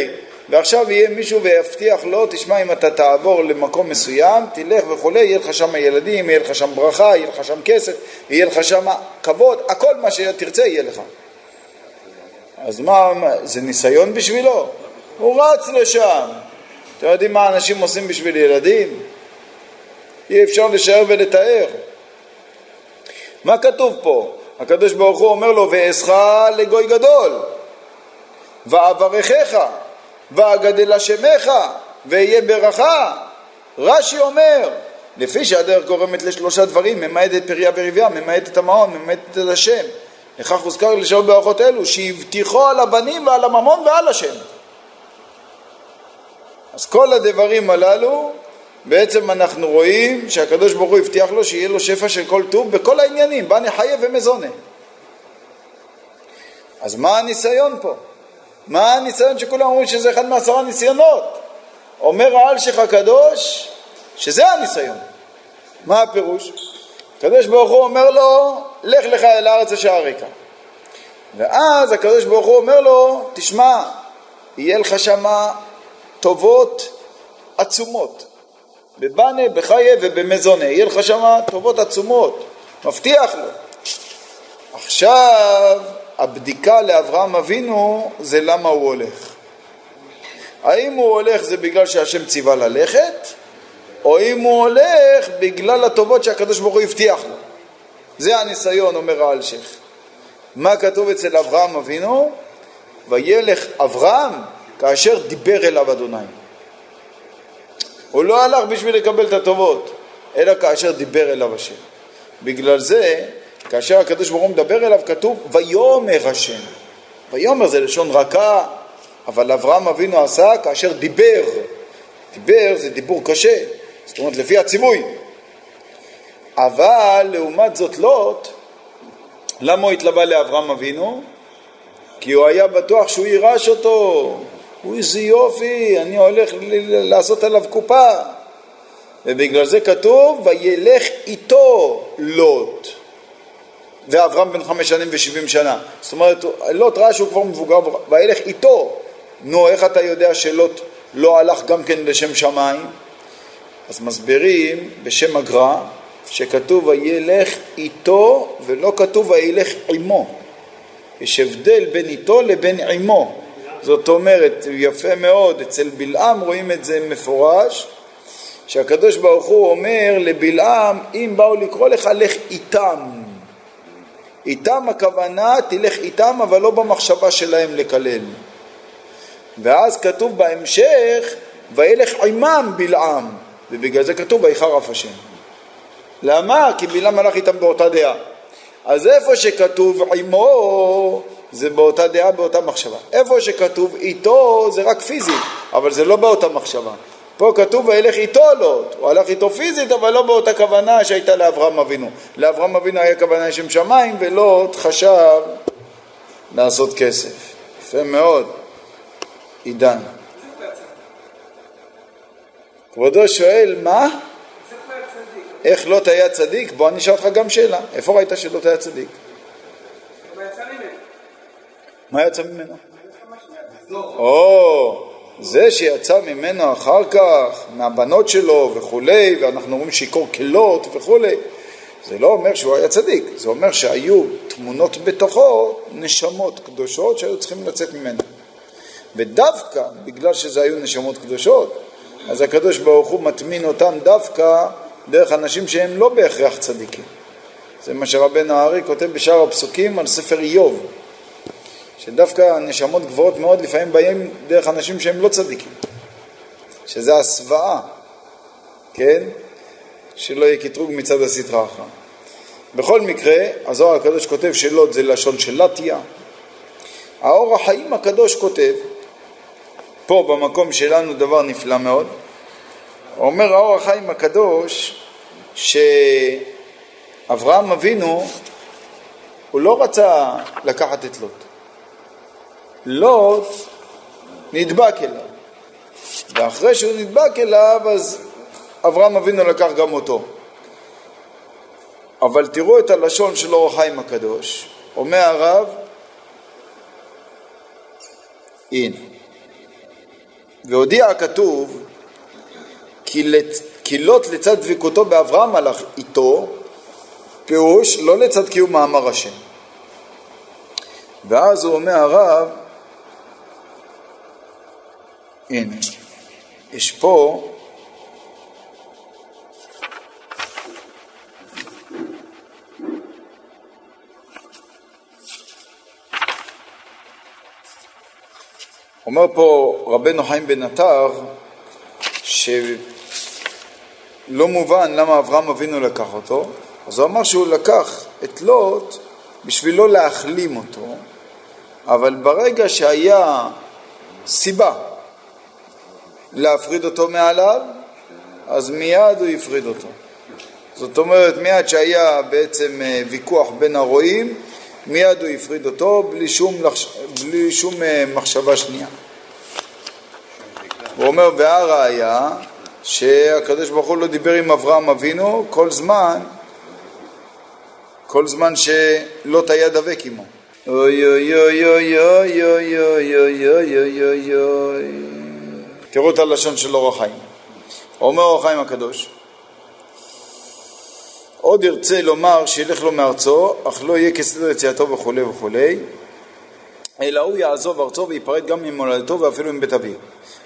ועכשיו יהיה מישהו ויבטיח לו, תשמע, אם אתה תעבור למקום מסוים, תלך וכולי, יהיה לך שם ילדים, יהיה לך שם ברכה, יהיה לך שם כסף, יהיה לך שם כבוד, הכל מה שתרצה יהיה לך. אז מה, זה ניסיון בשבילו? הוא רץ לשם. אתם יודעים מה אנשים עושים בשביל ילדים? אי אפשר לשער ולתאר. מה כתוב פה? הקדוש ברוך הוא אומר לו, ואעשך לגוי גדול, ואברכך, ואגדל שמך, ויהיה ברכה. רש"י אומר, לפי שהדרך גורמת לשלושה דברים, ממעט את פריה ורביה, ממעט את המעון, ממעט את השם. לכך הוזכר לשאול ברכות אלו, שהבטיחו על הבנים ועל הממון ועל השם. אז כל הדברים הללו, בעצם אנחנו רואים שהקדוש ברוך הוא הבטיח לו שיהיה לו שפע של כל טוב בכל העניינים, בני חיה ומזונה. אז מה הניסיון פה? מה הניסיון שכולם אומרים שזה אחד מ10 ניסיונות? אומר האלשיך הקדוש שזה הניסיון. מה הפירוש? הקדוש ברוך הוא אומר לו, לך לך אל הארץ אשר אראך. ואז הקדוש ברוך הוא אומר לו, תשמע, יהיה לך שמה טובות עצומות. בבנה, בחיה ובמזונה. יהיה לך שמה טובות עצומות. מבטיח לו. עכשיו, הבדיקה לאברהם אבינו זה למה הוא הולך. האם הוא הולך זה בגלל שהשם ציווה ללכת, או אם הוא הולך בגלל הטובות שהקדוש ברוך הוא הבטיח לו. זה הניסיון, אומר האלשיך. מה כתוב אצל אברהם אבינו? וילך אברהם כאשר דיבר אליו אדוני. הוא לא הלך בשביל לקבל את הטובות, אלא כאשר דיבר אליו השם. בגלל זה, כאשר הקדוש ברוך הוא מדבר אליו, כתוב ויאמר השם. ויאמר זה לשון רכה, אבל אברהם אבינו עשה כאשר דיבר. דיבר זה דיבור קשה, זאת אומרת לפי הציווי. אבל לעומת זאת לוט, למה הוא התלווה לאברהם אבינו? כי הוא היה בטוח שהוא יירש אותו. הוא איזה יופי, אני הולך לעשות עליו קופה. ובגלל זה כתוב, וילך איתו לוט. ואברהם בן 5 שנים ו70 שנה. זאת אומרת, לוט ראה שהוא כבר מבוגר, וילך איתו. נו, איך אתה יודע שלוט לא הלך גם כן לשם שמיים? אז מסבירים בשם הגר"א, שכתוב וילך איתו, ולא כתוב וילך עמו. יש הבדל בין איתו לבין עמו. זאת אומרת, יפה מאוד, אצל בלעם רואים את זה מפורש, שהקדוש ברוך הוא אומר לבלעם, אם באו לקרוא לך, לך איתם. איתם הכוונה, תלך איתם, אבל לא במחשבה שלהם לקלל. ואז כתוב בהמשך, וילך עמם בלעם, ובגלל זה כתוב, ויחרף השם. למה? כי בלעם הלך איתם באותה דעה. אז איפה שכתוב עמו, זה באותה דעה, באותה מחשבה. איפה שכתוב איתו, זה רק פיזית, אבל זה לא באותה מחשבה. פה כתוב וילך איתו לוט, הוא הלך איתו פיזית, אבל לא באותה כוונה שהייתה לאברהם אבינו. לאברהם אבינו היה כוונה לשם שמיים, ולוט חשב לעשות כסף. יפה מאוד. עידן. כבודו שואל, מה? איך לוט היה צדיק? בוא אני אשאל אותך גם שאלה. איפה ראית שלוט היה צדיק? מה יצא ממנו? זה שיצא ממנו אחר כך, מהבנות שלו וכולי, ואנחנו רואים שיקור כלות וכולי, זה לא אומר שהוא היה צדיק, זה אומר שהיו תמונות בתוכו, נשמות קדושות שהיו צריכים לצאת ממנו. ודווקא בגלל שזה היו נשמות קדושות, אז הקדוש ברוך הוא מטמין אותם דווקא דרך אנשים שהם לא בהכרח צדיקים. זה מה שרבנו הארי כותב בשאר הפסוקים על ספר איוב, שדווקא נשמות גבוהות מאוד לפעמים באים דרך אנשים שהם לא צדיקים, שזה הסוואה, כן? שלא יהיה קטרוג מצד הסטרא אחרא. בכל מקרה, הזוהר הקדוש כותב שלוט זה לשון של לטיה. האור החיים הקדוש כותב, פה במקום שלנו דבר נפלא מאוד, אומר האור החיים הקדוש שאברהם אבינו הוא לא רצה לקחת את לוט. לוט נדבק אליו, ואחרי שהוא נדבק אליו אז אברהם אבינו לקח גם אותו. אבל תראו את הלשון של אור החיים הקדוש, אומר הרב, הנה והודיע הכתוב כי לוט לצד דבקותו באברהם הלך איתו, פירוש לא לצד קיום מאמר השם. ואז הוא אומר הרב, הנה, יש פה אומר פה רבנו חיים בן עטר שלא מובן למה אברהם אבינו לקח אותו, אז הוא אמר שהוא לקח את לוט בשביל לא להחלים אותו, אבל ברגע שהיה סיבה להפריד אותו מעליו, אז מיד הוא יפריד אותו. זאת אומרת, מיד שהיה בעצם ויכוח בין הרועים, מיד הוא יפריד אותו בלי שום מחשבה שנייה. הוא אומר, והראיה שהקדוש ברוך הוא לא דיבר עם אברהם אבינו כל זמן שלוט היה דבק עמו. אוי אוי אוי אוי אוי אוי אוי אוי אוי אוי אוי. תראו את הלשון של אור החיים. אומר אור החיים הקדוש, עוד ירצה לומר שילך לו מארצו, אך לא יהיה כסדר יציאתו וכו' וכו', אלא הוא יעזוב ארצו ויפרד גם ממולדתו ואפילו מבית אביו.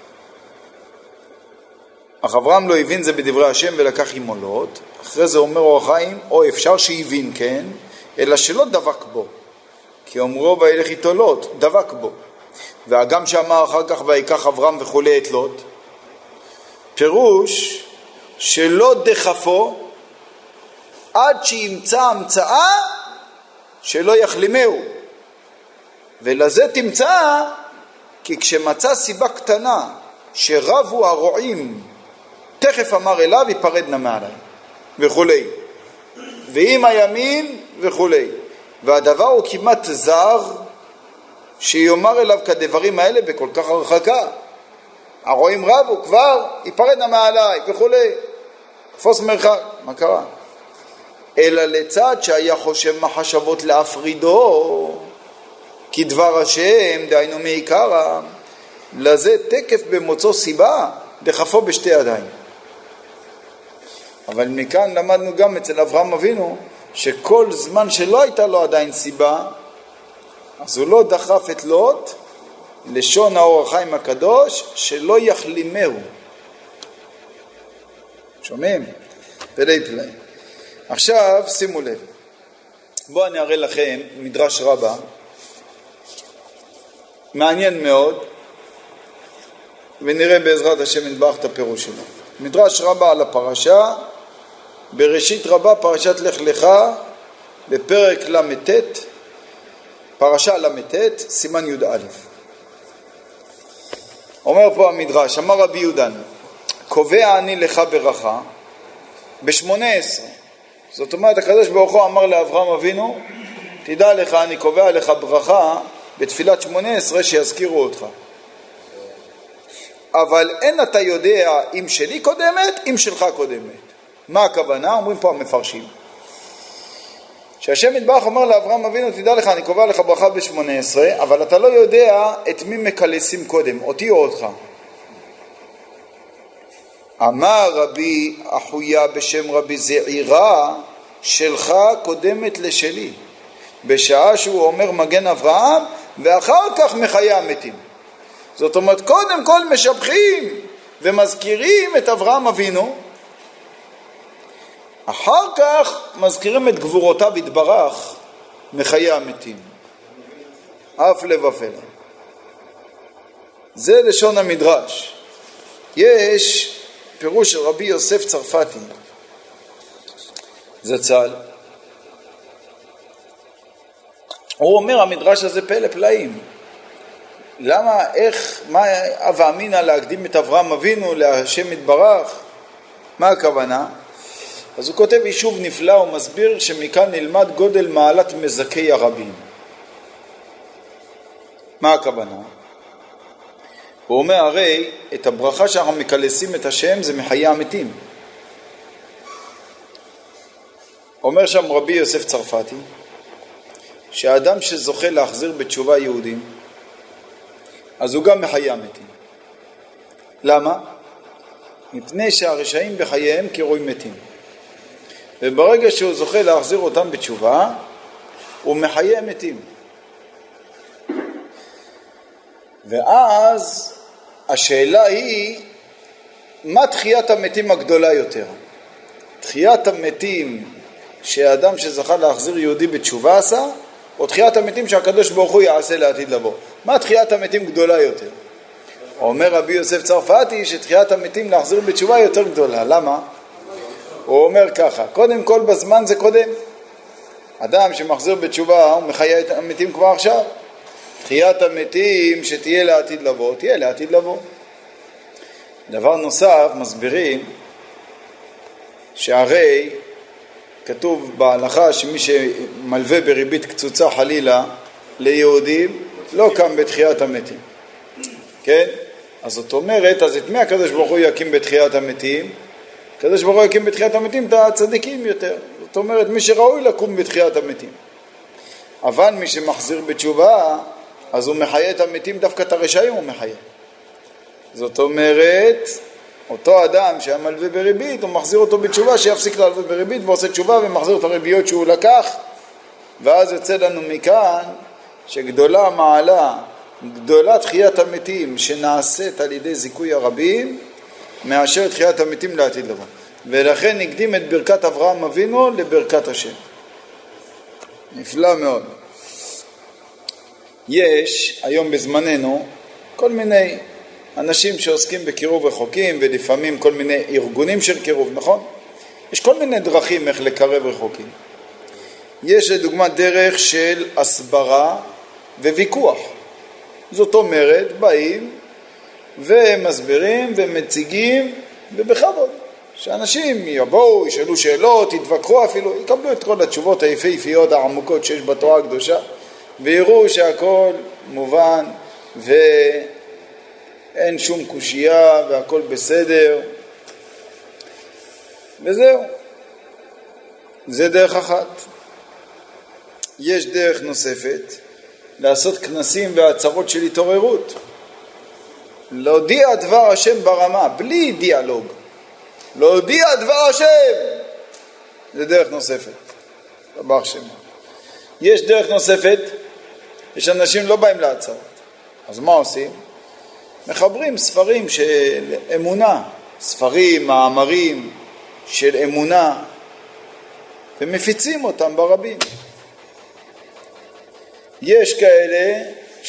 אך אברהם לא הבין זה בדברי השם ולקח עמו לוט. אחרי זה אומר אור החיים, או אפשר שהבין כן, אלא שלא דבק בו, כי אומרו וילך איתו לוט, דבק בו. והגם שאמר אחר כך ויקח אברהם וכו' את לוט, פירוש שלא דחפו עד שימצא המצאה שלא יחלימהו. ולזה תמצא כי כשמצא סיבה קטנה שרבו הרועים תכף אמר אליו יפרדנה מעלי וכו', ואם הימין וכו', והדבר הוא כמעט זר שיאמר אליו כדברים האלה בכל כך הרחקה. הרועים רבו כבר יפרדנה מעלי וכו', תפוס מרחק. מה קרה? אלא לצד שהיה חושב מחשבות להפרידו כי דבר השם דהיינו מעיקרא, לזה תקף במוצאו סיבה דחפו בשתי ידיים. אבל מכאן למדנו גם אצל אברהם אבינו שכל זמן שלא הייתה לו עדיין סיבה, אז הוא לא דחף את לוט, לשון האור החיים הקדוש, שלא יחלימהו. שומעים? פלאי פלאי. עכשיו שימו לב, בואו אני אראה לכם מדרש רבה מעניין מאוד, ונראה בעזרת השם נדבח את הפירוש שלו. מדרש רבה על הפרשה, בראשית רבה פרשת לך לך, בפרק למ"ט, פרשה למ"ט, סימן י"א. אומר פה המדרש, אמר רבי יהודן, קובע אני לך ברכה ב-18. זאת אומרת, הקדוש ברוך הוא אמר לאברהם אבינו, תדע לך, אני קובע לך ברכה בתפילת 18 שיזכירו אותך. אבל אין אתה יודע אם שלי קודמת, אם שלך קודמת. מה הכוונה? אומרים פה המפרשים. שהשם יתברך אומר לאברהם אבינו, תדע לך, אני קובע לך ברכה ב-18, אבל אתה לא יודע את מי מקלסים קודם, אותי או אותך. אמר רבי אחויה בשם רבי זעירה, שלך קודמת לשלי, בשעה שהוא אומר מגן אברהם, ואחר כך מחיי המתים. זאת אומרת, קודם כל משבחים ומזכירים את אברהם אבינו, אחר כך מזכירים את גבורותיו יתברך מחיי המתים. אף לבפל. זה לשון המדרש. יש פירוש של רבי יוסף צרפתי, זצ"ל. הוא אומר המדרש הזה פלא פלאים. למה, איך, מה הווה אמינא להקדים את אברהם אבינו להשם יתברך? מה הכוונה? אז הוא כותב יישוב נפלא, הוא מסביר שמכאן נלמד גודל מעלת מזכי הרבים. מה הכוונה? הוא אומר הרי את הברכה שאנחנו מקלסים את השם זה מחיי המתים. אומר שם רבי יוסף צרפתי שהאדם שזוכה להחזיר בתשובה יהודים, אז הוא גם מחיי המתים. למה? מפני שהרשעים בחייהם כרוי מתים. וברגע שהוא זוכה להחזיר אותם בתשובה, הוא מחיה מתים. ואז השאלה היא, מה תחיית המתים הגדולה יותר? תחיית המתים שהאדם שזכה להחזיר יהודי בתשובה עשה, או תחיית המתים שהקדוש ברוך הוא יעשה לעתיד לבוא? מה תחיית המתים גדולה יותר? אומר רבי יוסף צרפתי שתחיית המתים להחזיר בתשובה יותר גדולה. למה? הוא אומר ככה, קודם כל בזמן זה קודם. אדם שמחזיר בתשובה הוא מחיה את המתים כבר עכשיו. תחיית המתים שתהיה לעתיד לבוא, תהיה לעתיד לבוא. דבר נוסף, מסבירים שהרי כתוב בהלכה שמי שמלווה בריבית קצוצה חלילה ליהודים לא קם בתחיית המתים. כן? אז זאת אומרת, אז את מי הקדוש ברוך הוא יקים בתחיית המתים? הקדוש ברוך הוא יקים בתחיית המתים את הצדיקים יותר. זאת אומרת, מי שראוי לקום בתחיית המתים. אבל מי שמחזיר בתשובה, אז הוא מחיה את המתים, דווקא את הרשעים הוא מחיה. זאת אומרת, אותו אדם שהיה מלווה בריבית, הוא מחזיר אותו בתשובה, שיפסיק להלווה בריבית ועושה תשובה ומחזיר את הריביות שהוא לקח. ואז יוצא לנו מכאן שגדולה מעלה, גדולה תחיית המתים שנעשית על ידי זיכוי הרבים, מאשר תחיית המתים לעתיד לבוא. ולכן נקדים את ברכת אברהם אבינו לברכת השם. נפלא מאוד. יש היום בזמננו כל מיני אנשים שעוסקים בקירוב רחוקים, ולפעמים כל מיני ארגונים של קירוב, נכון? יש כל מיני דרכים איך לקרב רחוקים. יש לדוגמה דרך של הסברה וויכוח. זאת אומרת, באים ומסבירים ומציגים ובכבוד. שאנשים יבואו, ישאלו שאלות, יתווכחו אפילו, יקבלו את כל התשובות היפהפיות העמוקות שיש בתורה הקדושה, ויראו שהכל מובן ואין שום קושייה והכל בסדר. וזהו. זה דרך אחת. יש דרך נוספת, לעשות כנסים והצהרות של התעוררות. להודיע דבר השם ברמה, בלי דיאלוג. להודיע דבר השם. זה דרך נוספת. דבר השם. יש דרך נוספת, יש אנשים לא באים להצהרות. אז מה עושים? מחברים ספרים של אמונה, ספרים, מאמרים של אמונה, ומפיצים אותם ברבים. יש כאלה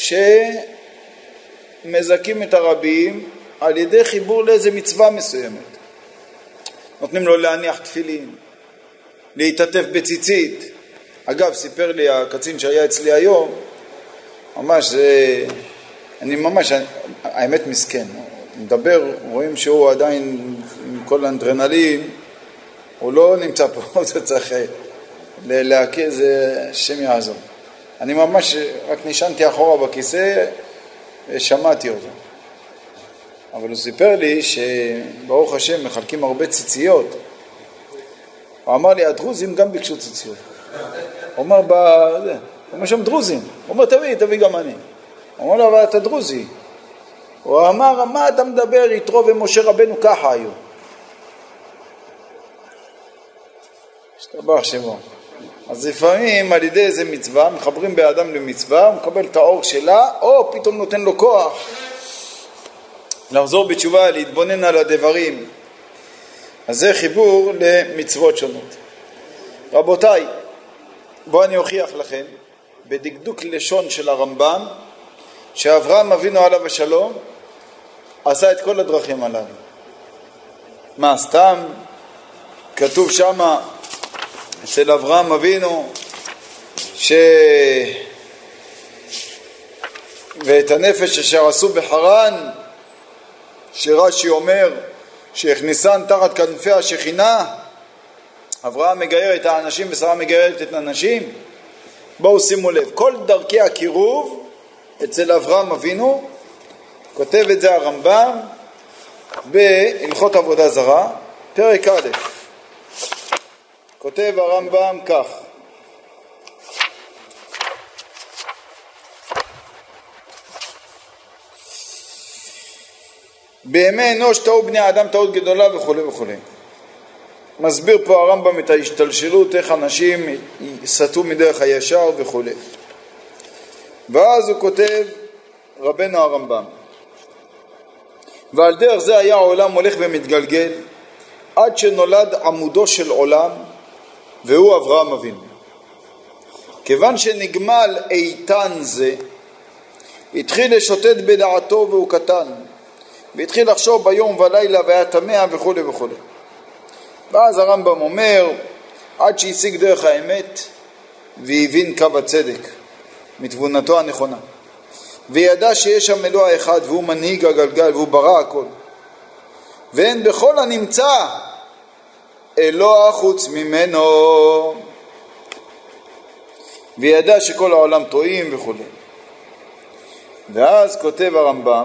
שמזכים את הרבים על ידי חיבור לאיזה מצווה מסוימת. נותנים לו להניח תפילין, להתעטף בציצית. אגב, סיפר לי הקצין שהיה אצלי היום, ממש זה, אני ממש, האמת מסכן, מדבר, רואים שהוא עדיין עם כל האנדרנלין, הוא לא נמצא פה, הוא צריך להכיר, זה שם יעזור. אני ממש רק נשענתי אחורה בכיסא ושמעתי אותו. אבל הוא סיפר לי שברוך השם מחלקים הרבה ציציות. הוא אמר לי, הדרוזים גם ביקשו ציציות. הוא אומר, הוא אומר שם דרוזים. הוא אומר, תביא גם אני. הוא אומר לו, אבל אתה דרוזי. הוא אמר, מה אתה מדבר? יתרו ומשה רבנו ככה היו. השתבח שמו. אז לפעמים על ידי איזה מצווה, מחברים באדם למצווה, הוא מקבל את האור שלה, או פתאום נותן לו כוח לחזור בתשובה, להתבונן על הדברים. אז זה חיבור למצוות שונות. רבותיי, בואו אני אוכיח לכם, בדקדוק לשון של הרמב"ם, שאברהם אבינו עליו השלום, עשה את כל הדרכים עליו. מה, סתם? כתוב שמה, אצל אברהם אבינו, ואת הנפש אשר עשו בחרן, שרש"י אומר שהכניסן תחת כנפי השכינה, אברהם מגייר את האנשים ושרה מגיירת את הנשים. בואו שימו לב, כל דרכי הקירוב אצל אברהם אבינו, כותב את זה הרמב"ם בהלכות עבודה זרה, פרק א', כותב הרמב"ם כך: בימי אנוש טעו בני האדם טעות גדולה וכו' וכו'. מסביר פה הרמב"ם את ההשתלשלות, איך אנשים סטו מדרך הישר וכו'. ואז הוא כותב רבנו הרמב"ם, ועל דרך זה היה העולם הולך ומתגלגל עד שנולד עמודו של עולם, והוא אברהם אבינו. כיוון שנגמל איתן זה, התחיל לשוטט בדעתו והוא קטן, והתחיל לחשוב ביום ולילה והיה תמה וכו' וכו'. ואז הרמב"ם אומר, עד שהשיג דרך האמת והבין קו הצדק מתבונתו הנכונה, וידע שיש שם אלוה אחד והוא מנהיג הגלגל והוא ברא הכל, ואין בכל הנמצא אלוה חוץ ממנו, וידע שכל העולם טועים וכו'. ואז כותב הרמב"ם,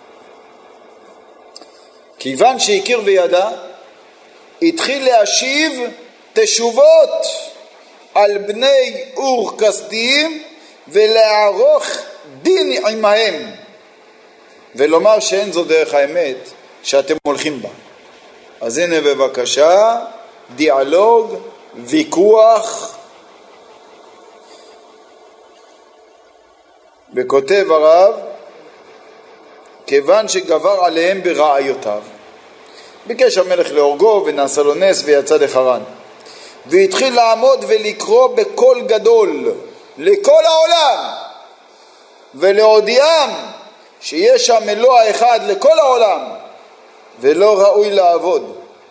כיוון שהכיר וידע, התחיל להשיב תשובות על בני אור כסדיים ולערוך דין עמהם, ולומר שאין זו דרך האמת שאתם הולכים בה. אז הנה בבקשה דיאלוג, ויכוח. וכותב הרב, כיוון שגבר עליהם ברעיותיו, ביקש המלך להורגו ונעשה לו נס ויצא לחרן, והתחיל לעמוד ולקרוא בקול גדול לכל העולם ולהודיעם שיש שם אלוה אחד לכל העולם ולא ראוי לעבוד.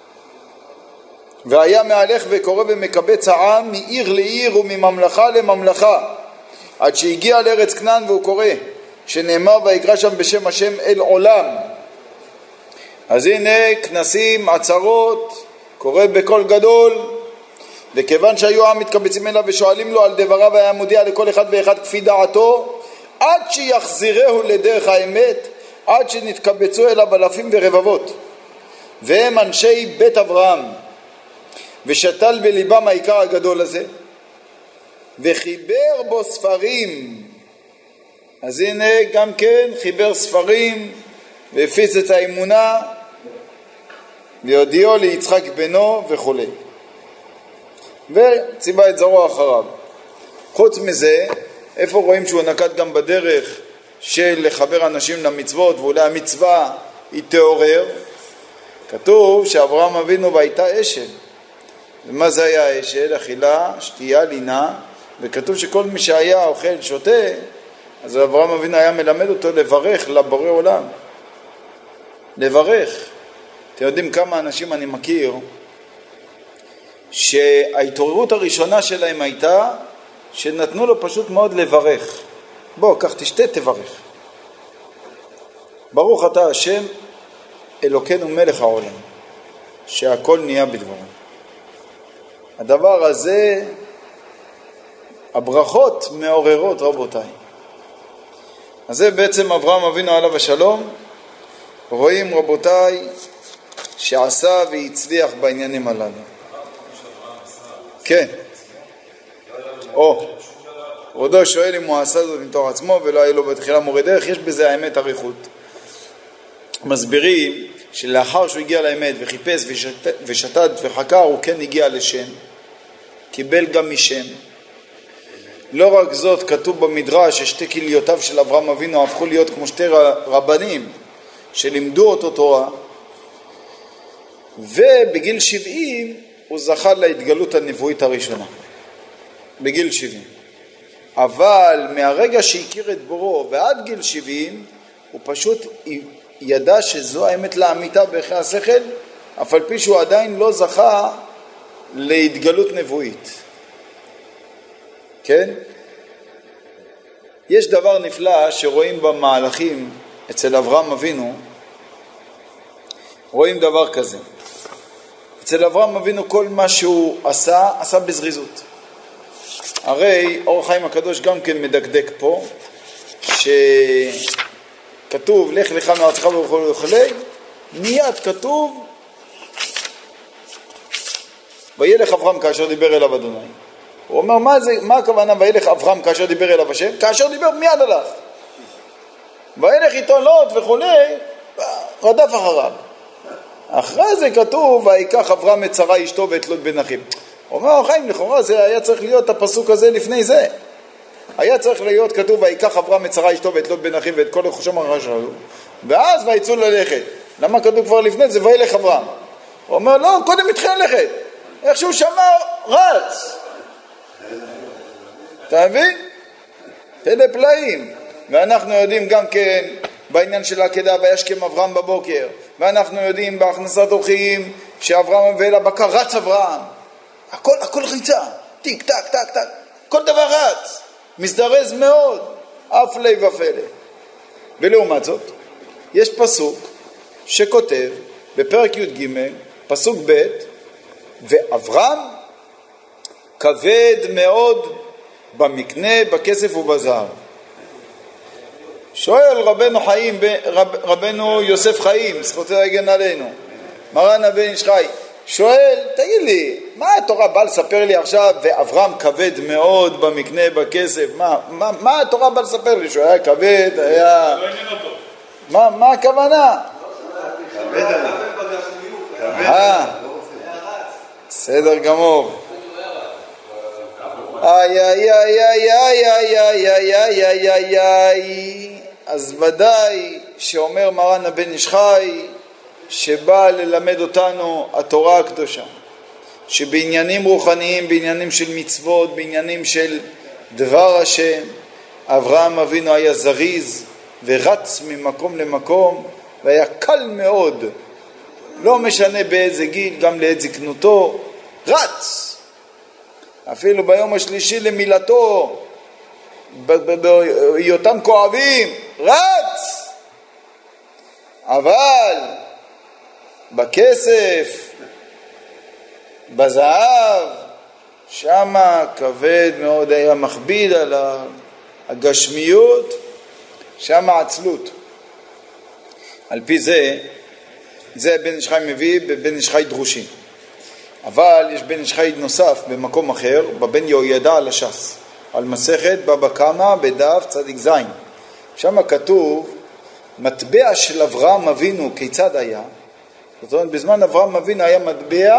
והיה מהלך וקורא ומקבץ העם מעיר לעיר ומממלכה לממלכה, עד שהגיע לארץ כנען, והוא קורא שנאמר ויקרא שם בשם השם אל עולם. אז הנה כנסים, עצרות, קורא בקול גדול, וכיוון שהיו העם מתקבצים אליו ושואלים לו על דבריו, היה מודיע לכל אחד ואחד כפי דעתו, עד שיחזירהו לדרך האמת, עד שנתקבצו אליו אלפים ורבבות, והם אנשי בית אברהם, ושתל בליבם העיקר הגדול הזה, וחיבר בו ספרים. אז הנה גם כן חיבר ספרים והפיץ את האמונה, והודיעו ליצחק בנו וכו', וציווה את זרוע אחריו. חוץ מזה, איפה רואים שהוא נקט גם בדרך של לחבר אנשים למצוות, ואולי המצווה היא תעורר? כתוב שאברהם אבינו והייתה אשל. ומה זה היה אשל? אכילה, שתייה, לינה, וכתוב שכל מי שהיה אוכל שותה, אז אברהם אבינו היה מלמד אותו לברך לבורא עולם. לברך. אתם יודעים כמה אנשים אני מכיר שההתעוררות הראשונה שלהם הייתה שנתנו לו פשוט מאוד לברך. בוא, קח תשתה, תברך. ברוך אתה השם אלוקינו מלך העולם, שהכל נהיה בדברו. הדבר הזה, הברכות מעוררות, רבותיי. אז זה בעצם אברהם אבינו עליו השלום. רואים, רבותיי, שעשה והצליח בעניינים הללו. כן. רודו שואל אם הוא עשה זאת מתוך עצמו ולא היה לו בתחילה מורה דרך. יש בזה האמת אריכות. מסבירים שלאחר שהוא הגיע לאמת וחיפש ושתת וחקר, הוא כן הגיע לשם, קיבל גם משם. לא רק זאת, כתוב במדרש ששתי כליותיו של אברהם אבינו הפכו להיות כמו שתי רבנים שלימדו אותו תורה, ובגיל 70 הוא זכה להתגלות הנבואית הראשונה, בגיל 70. אבל מהרגע שהכיר את בוראו ועד גיל 70 הוא פשוט ידע שזו האמת לאמיתה בערכי השכל, אף על פי שהוא עדיין לא זכה להתגלות נבואית. כן? יש דבר נפלא שרואים במהלכים אצל אברהם אבינו, רואים דבר כזה. אצל אברהם אבינו כל מה שהוא עשה בזריזות. הרי אור החיים הקדוש גם כן מדקדק פה, שכתוב לך לך מארצך וכו' וכו', מיד כתוב וילך אברהם כאשר דיבר אליו אדוני. הוא אומר, מה הכוונה וילך אברהם כאשר דיבר אליו השם? כאשר דיבר מיד הלך. וילך איתו לוט וכו', רדף אחריו. אחרי זה כתוב, ויקח אברהם את שרה אשתו ואת לוט בן אחיו. אומר החיים, לכאורה זה היה צריך להיות הפסוק הזה לפני זה. היה צריך להיות כתוב, ויקח אברהם את שרה אשתו ואת לוט בן אחיו ואת כל רכושם הרע שלו, ואז ויצאו ללכת. למה כתוב כבר לפני זה, וילך אברהם? הוא אומר, לא, קודם התחיל ללכת. איך שהוא שמע, רץ. אתה מבין? אלה פלאים. ואנחנו יודעים גם כן בעניין של העקדה, וישכם אברהם בבוקר, ואנחנו יודעים בהכנסת אורחים שאברהם ואל הבקר רץ אברהם. הכל ריצה, טיק טק טק טק, כל דבר רץ, מזדרז מאוד, אף לי ופלא. ולעומת זאת יש פסוק שכותב בפרק י"ג פסוק ב', ואברהם כבד מאוד במקנה, בכסף ובזהב. שואל רבנו יוסף חיים, זכותו יגן עלינו, מרן הבן איש חי, שואל, תגיד לי, מה התורה באה לספר לי עכשיו, ואברהם כבד מאוד במקנה, בכסף, מה התורה באה לספר לי, שהוא היה כבד, היה... מה הכוונה? כבד עליו. בסדר גמור. איי איי איי איי איי איי איי איי איי איי. אז ודאי שאומר מרן הבן איש חי שבא ללמד אותנו התורה הקדושה, שבעניינים רוחניים, בעניינים של מצוות, בעניינים של דבר השם, אברהם אבינו היה זריז ורץ ממקום למקום, והיה קל מאוד, לא משנה באיזה גיל, גם לעת זקנותו, רץ. אפילו ביום השלישי למילתו, בהיותם כואבים, רץ. אבל בכסף, בזהב, שמה כבד מאוד, היה מכביד על הגשמיות, שמה עצלות. על פי זה בן איש חי מביא בבן איש חי דרושים. אבל יש בן איש חי נוסף במקום אחר, בבן יהוידע על הש"ס, על מסכת בבא קמא בדף צדיק זין. שם כתוב, מטבע של אברהם אבינו כיצד היה? זאת אומרת, בזמן אברהם אבינו היה מטבע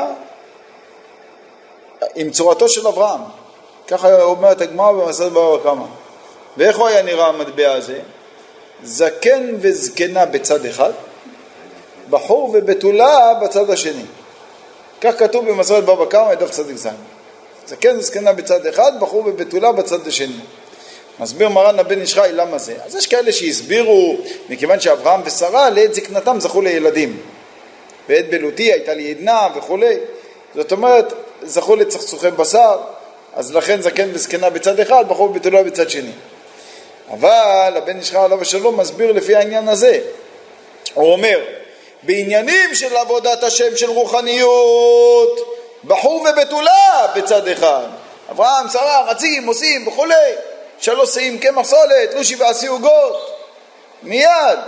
עם צורתו של אברהם. ככה אומרת הגמרא במסכת בבא קמא. ואיך הוא היה נראה המטבע הזה? זקן וזקנה בצד אחד, בחור ובתולה בצד השני. כך כתוב במסכת בבא קמא דף צדיק זין. זקן וזקנה בצד אחד, בחור ובתולה בצד השני. מסביר מרן הבן איש חי למה זה. אז יש כאלה שהסבירו, מכיוון שאברהם ושרה לעת זקנתם זכו לילדים. בעת בלותי הייתה לי עדנה וכו'. זאת אומרת, זכו לצחצוחי בשר, אז לכן זקן וזקנה בצד אחד, בחור ובתולה בצד שני. אבל הבן איש חי עליו השלום מסביר לפי העניין הזה. הוא אומר, בעניינים של עבודת השם של רוחניות, בחור ובתולה בצד אחד. אברהם, שרה, רצים, עושים וכו'. 3 שאים קמח סולת, לושי ועשי עוגות. מיד.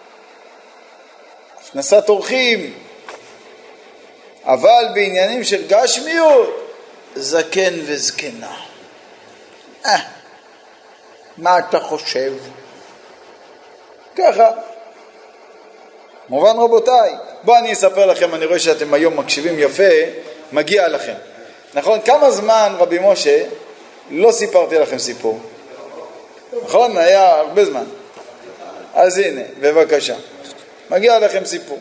הכנסת אורחים. אבל בעניינים של גשמיות, זקן וזקנה. מה אתה חושב? ככה. מובן רבותיי, בואו אני אספר לכם, אני רואה שאתם היום מקשיבים יפה, מגיע לכם. נכון? כמה זמן רבי משה לא סיפרתי לכם סיפור? נכון? היה הרבה זמן. אז הנה, בבקשה. מגיע לכם סיפור.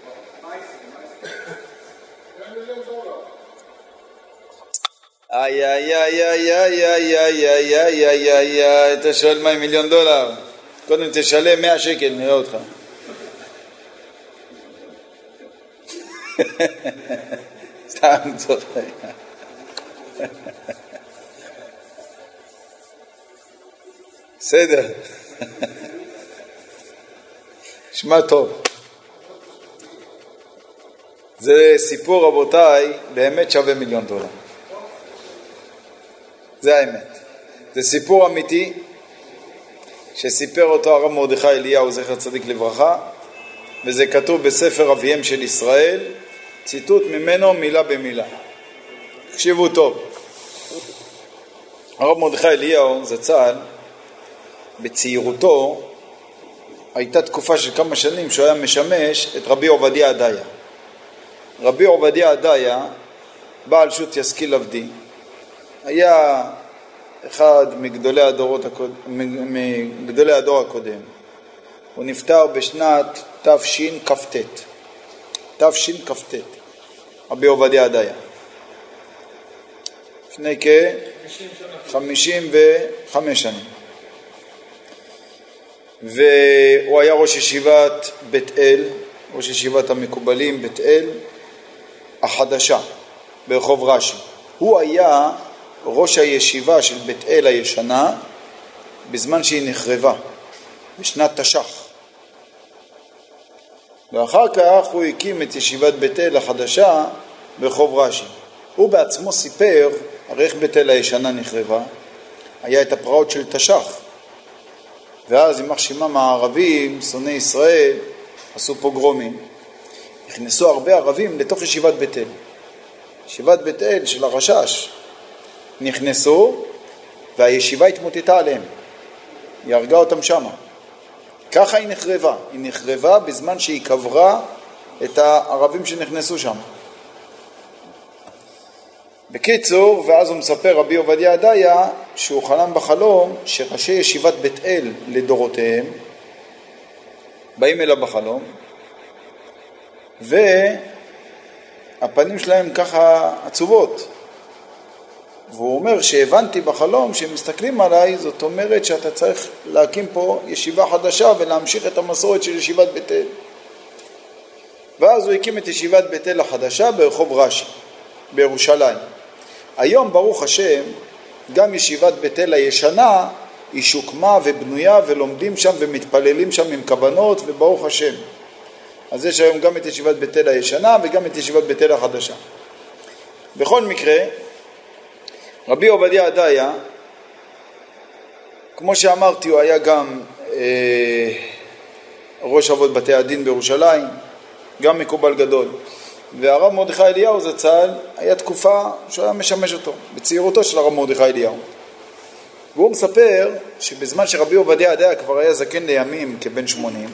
איי איי איי איי איי איי איי איי איי איי איי איי, אתה שואל מה $1,000,000? קודם תשלם 100 שקל, נראה אותך. סתם צוחק. בסדר. שמע טוב. זה סיפור רבותיי, באמת שווה $1,000,000. זה האמת. זה סיפור אמיתי שסיפר אותו הרב מרדכי אליהו זכר צדיק לברכה, וזה כתוב בספר אביהם של ישראל, ציטוט ממנו מילה במילה. תקשיבו טוב. הרב מרדכי אליהו זצ"ל בצעירותו הייתה תקופה של כמה שנים שהוא היה משמש את רבי עובדיה אדיה. רבי עובדיה אדיה, בעל שו"ת ישכיל עבדי, היה אחד מגדולי הדור הקודם. הוא נפטר בשנת תשכ"ט. רבי עובדיה אדיה. לפני כ-55 שנים. והוא היה ראש ישיבת בית אל, ראש ישיבת המקובלים בית אל החדשה ברחוב רש"י. הוא היה ראש הישיבה של בית אל הישנה בזמן שהיא נחרבה, בשנת תש"ח. ואחר כך הוא הקים את ישיבת בית אל החדשה ברחוב רש"י. הוא בעצמו סיפר, הרי איך בית אל הישנה נחרבה, היה את הפרעות של תש"ח. ואז יימח שמם הערבים, שונאי ישראל, עשו פוגרומים. נכנסו הרבה ערבים לתוך ישיבת בית אל. ישיבת בית אל של הרש"ש. נכנסו והישיבה התמוטטה עליהם. היא הרגה אותם שמה. ככה היא נחרבה. היא נחרבה בזמן שהיא קברה את הערבים שנכנסו שם. בקיצור, ואז הוא מספר רבי עובדיה אדיה שהוא חלם בחלום שראשי ישיבת בית אל לדורותיהם באים אליו בחלום והפנים שלהם ככה עצובות. והוא אומר שהבנתי בחלום שהם מסתכלים עליי, זאת אומרת שאתה צריך להקים פה ישיבה חדשה ולהמשיך את המסורת של ישיבת בית אל. ואז הוא הקים את ישיבת בית אל החדשה ברחוב רש"י בירושלים. היום ברוך השם גם ישיבת בית אל הישנה היא שוקמה ובנויה ולומדים שם ומתפללים שם עם כוונות וברוך השם. אז יש היום גם את ישיבת בית אל הישנה וגם את ישיבת בית אל החדשה. בכל מקרה, רבי עובדיה אדיה, כמו שאמרתי, הוא היה גם ראש אבות בתי הדין בירושלים, גם מקובל גדול. והרב מרדכי אליהו זצ"ל היה תקופה שהוא היה משמש אותו, בצעירותו של הרב מרדכי אליהו. והוא מספר שבזמן שרבי עובדיה אדיה כבר היה זקן לימים כבן 80,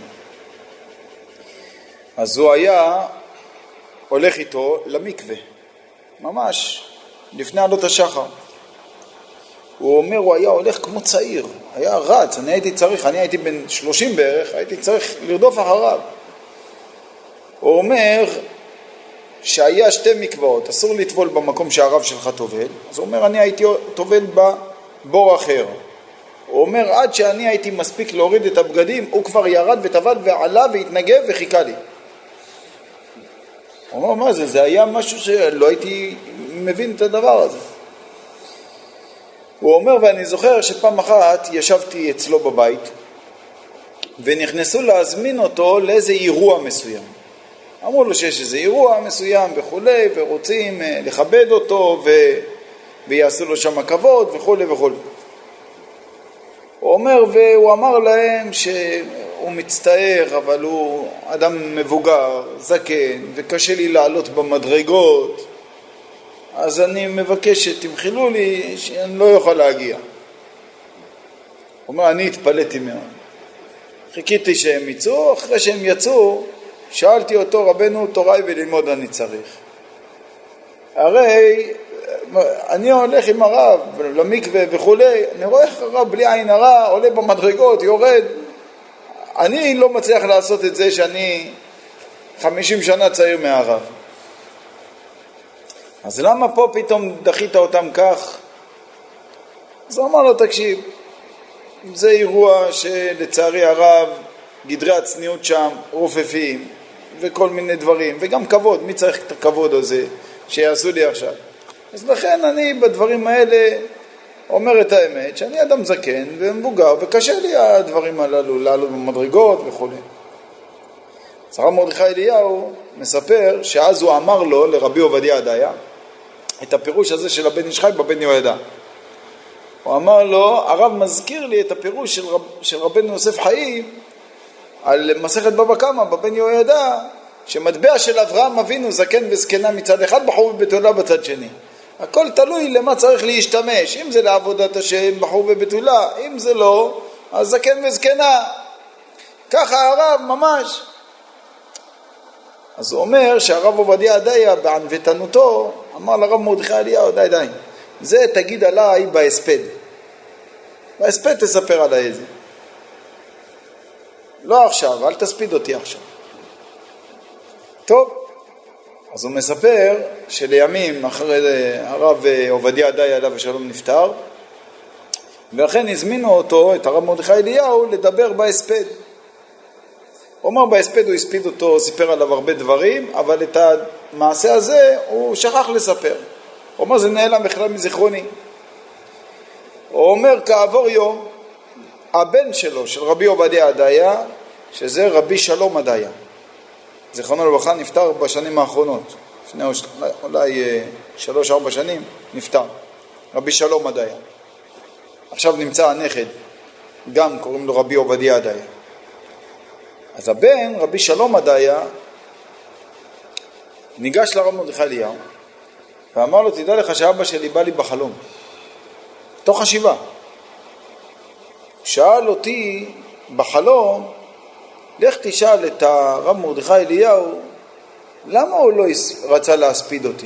אז הוא היה הולך איתו למקווה, ממש לפני עלות השחר. הוא אומר, הוא היה הולך כמו צעיר, היה רץ, אני הייתי בן 30 בערך, הייתי צריך לרדוף אחריו. הוא אומר שהיה 2 מקוואות, אסור לטבול במקום שהרב שלך טובל, אז הוא אומר, אני הייתי טובל בבור אחר. הוא אומר, עד שאני הייתי מספיק להוריד את הבגדים, הוא כבר ירד וטבל ועלה והתנגב וחיכה לי. הוא אומר, מה זה? זה היה משהו שלא הייתי מבין את הדבר הזה. הוא אומר, ואני זוכר שפעם אחת ישבתי אצלו בבית, ונכנסו להזמין אותו לאיזה אירוע מסוים. אמרו לו שיש איזה אירוע מסוים וכו', ורוצים לכבד אותו, ויעשו לו שם כבוד וכו' וכו'. הוא אומר, והוא אמר להם שהוא מצטער, אבל הוא אדם מבוגר, זקן, וקשה לי לעלות במדרגות, אז אני מבקש שתמחלו לי שאני לא יכול להגיע. הוא אומר, אני התפלאתי מאוד. חיכיתי שהם יצאו, אחרי שהם יצאו, שאלתי אותו, רבנו, תוראי וללמוד אני צריך. הרי אני הולך עם הרב למקווה וכו', אני רואה איך הרב בלי עין הרע עולה במדרגות, יורד. אני לא מצליח לעשות את זה שאני 50 שנה צעיר מהרב. אז למה פה פתאום דחית אותם כך? אז הוא אמר לו, תקשיב, זה אירוע שלצערי הרב גדרי הצניעות שם רופפים וכל מיני דברים, וגם כבוד, מי צריך את הכבוד הזה שיעשו לי עכשיו? אז לכן אני בדברים האלה אומר את האמת, שאני אדם זקן ומבוגר, וקשה לי הדברים הללו, לעלות במדרגות וכו'. הרב מרדכי אליהו מספר שאז הוא אמר לו, לרבי עובדיה אדיה, את הפירוש הזה של הבן איש חי בבן יהוידע. הוא אמר לו, הרב מזכיר לי את הפירוש של רבנו יוסף חיים, על מסכת בבא קמא בבן יהוידע, שמטבע של אברהם אבינו זקן וזקנה מצד אחד, בחור ובתולה בצד שני. הכל תלוי למה צריך להשתמש, אם זה לעבודת השם, בחור ובתולה, אם זה לא, אז זקן וזקנה. ככה הרב ממש. אז הוא אומר שהרב עובדיה עדיה בענוותנותו אמר לרב מרדכי אליהו, די די, זה תגיד עליי בהספד. בהספד תספר עליי את זה. לא עכשיו, אל תספיד אותי עכשיו. טוב, אז הוא מספר שלימים אחרי הרב עובדיה עדיה עליו השלום נפטר, ולכן הזמינו אותו, את הרב מרדכי אליהו, לדבר בהספד. הוא אומר בהספד הוא הספיד אותו, סיפר עליו הרבה דברים, אבל את המעשה הזה הוא שכח לספר. הוא אומר זה נעלם בכלל מזיכרוני. הוא אומר כעבור יום, הבן שלו, של רבי עובדיה עדיה, שזה רבי שלום עדיה, זיכרונו לברכה, נפטר בשנים האחרונות, לפני אולי 3-4 שנים, נפטר. רבי שלום עדיה. עכשיו נמצא הנכד, גם קוראים לו רבי עובדיה עדיה. אז הבן, רבי שלום עדיה, ניגש לרב מרדכי אליהו, ואמר לו, תדע לך שאבא שלי בא לי בחלום. תוך חשיבה. שאל אותי בחלום, לך תשאל את הרב מרדכי אליהו, למה הוא לא רצה להספיד אותי?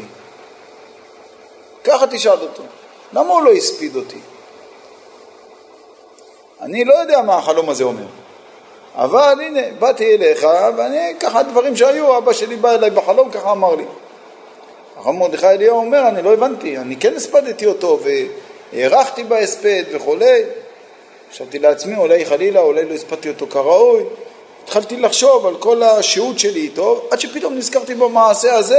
ככה תשאל אותו. למה הוא לא הספיד אותי? אני לא יודע מה החלום הזה אומר. אבל הנה, באתי אליך, ואני ככה דברים שהיו, אבא שלי בא אליי בחלום, ככה אמר לי. הרב מרדכי אליהו אומר, אני לא הבנתי, אני כן הספדתי אותו, והערכתי בהספד וכולי. חשבתי לעצמי, אולי חלילה, אולי לא הספדתי אותו כראוי. התחלתי לחשוב על כל השהות שלי איתו, עד שפתאום נזכרתי במעשה הזה,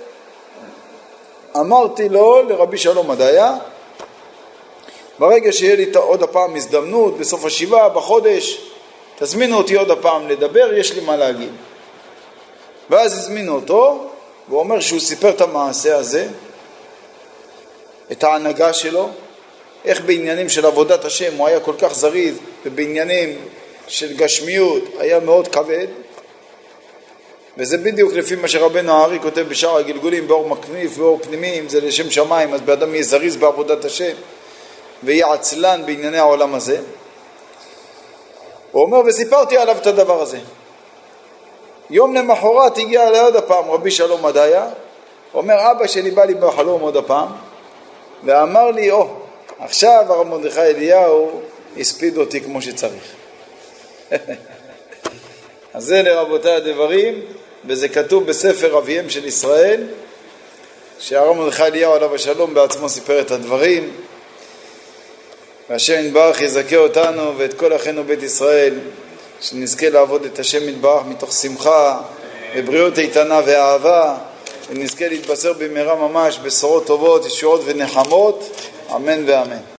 ואמרתי לו, לרבי שלום עדיה, ברגע שיהיה לי עוד הפעם הזדמנות, בסוף השבעה, בחודש, תזמינו אותי עוד הפעם לדבר, יש לי מה להגיד. ואז הזמינו אותו, והוא אומר שהוא סיפר את המעשה הזה, את ההנהגה שלו, איך בעניינים של עבודת השם הוא היה כל כך זריז, ובעניינים של גשמיות היה מאוד כבד, וזה בדיוק לפי מה שרבנו הארי כותב בשאר הגלגולים, באור מקניף ואור פנימי, אם זה לשם שמיים, אז באדם יהיה זריז בעבודת השם, ויהיה עצלן בענייני העולם הזה. הוא אומר, וסיפרתי עליו את הדבר הזה. יום למחרת הגיע אליי עוד הפעם רבי שלום עדיה, הוא אומר, אבא שלי בא לי בחלום עוד הפעם, ואמר לי, עכשיו הרב מרדכי אליהו הספיד אותי כמו שצריך. אז זה לרבותי הדברים, וזה כתוב בספר אביהם של ישראל, שהרב מרדכי אליהו עליו השלום בעצמו סיפר את הדברים, והשם יתברך יזכה אותנו ואת כל אחינו בית ישראל, שנזכה לעבוד את השם יתברך מתוך שמחה ובריאות איתנה ואהבה, ונזכה להתבשר במהרה ממש בשורות טובות, ישועות ונחמות, אמן ואמן.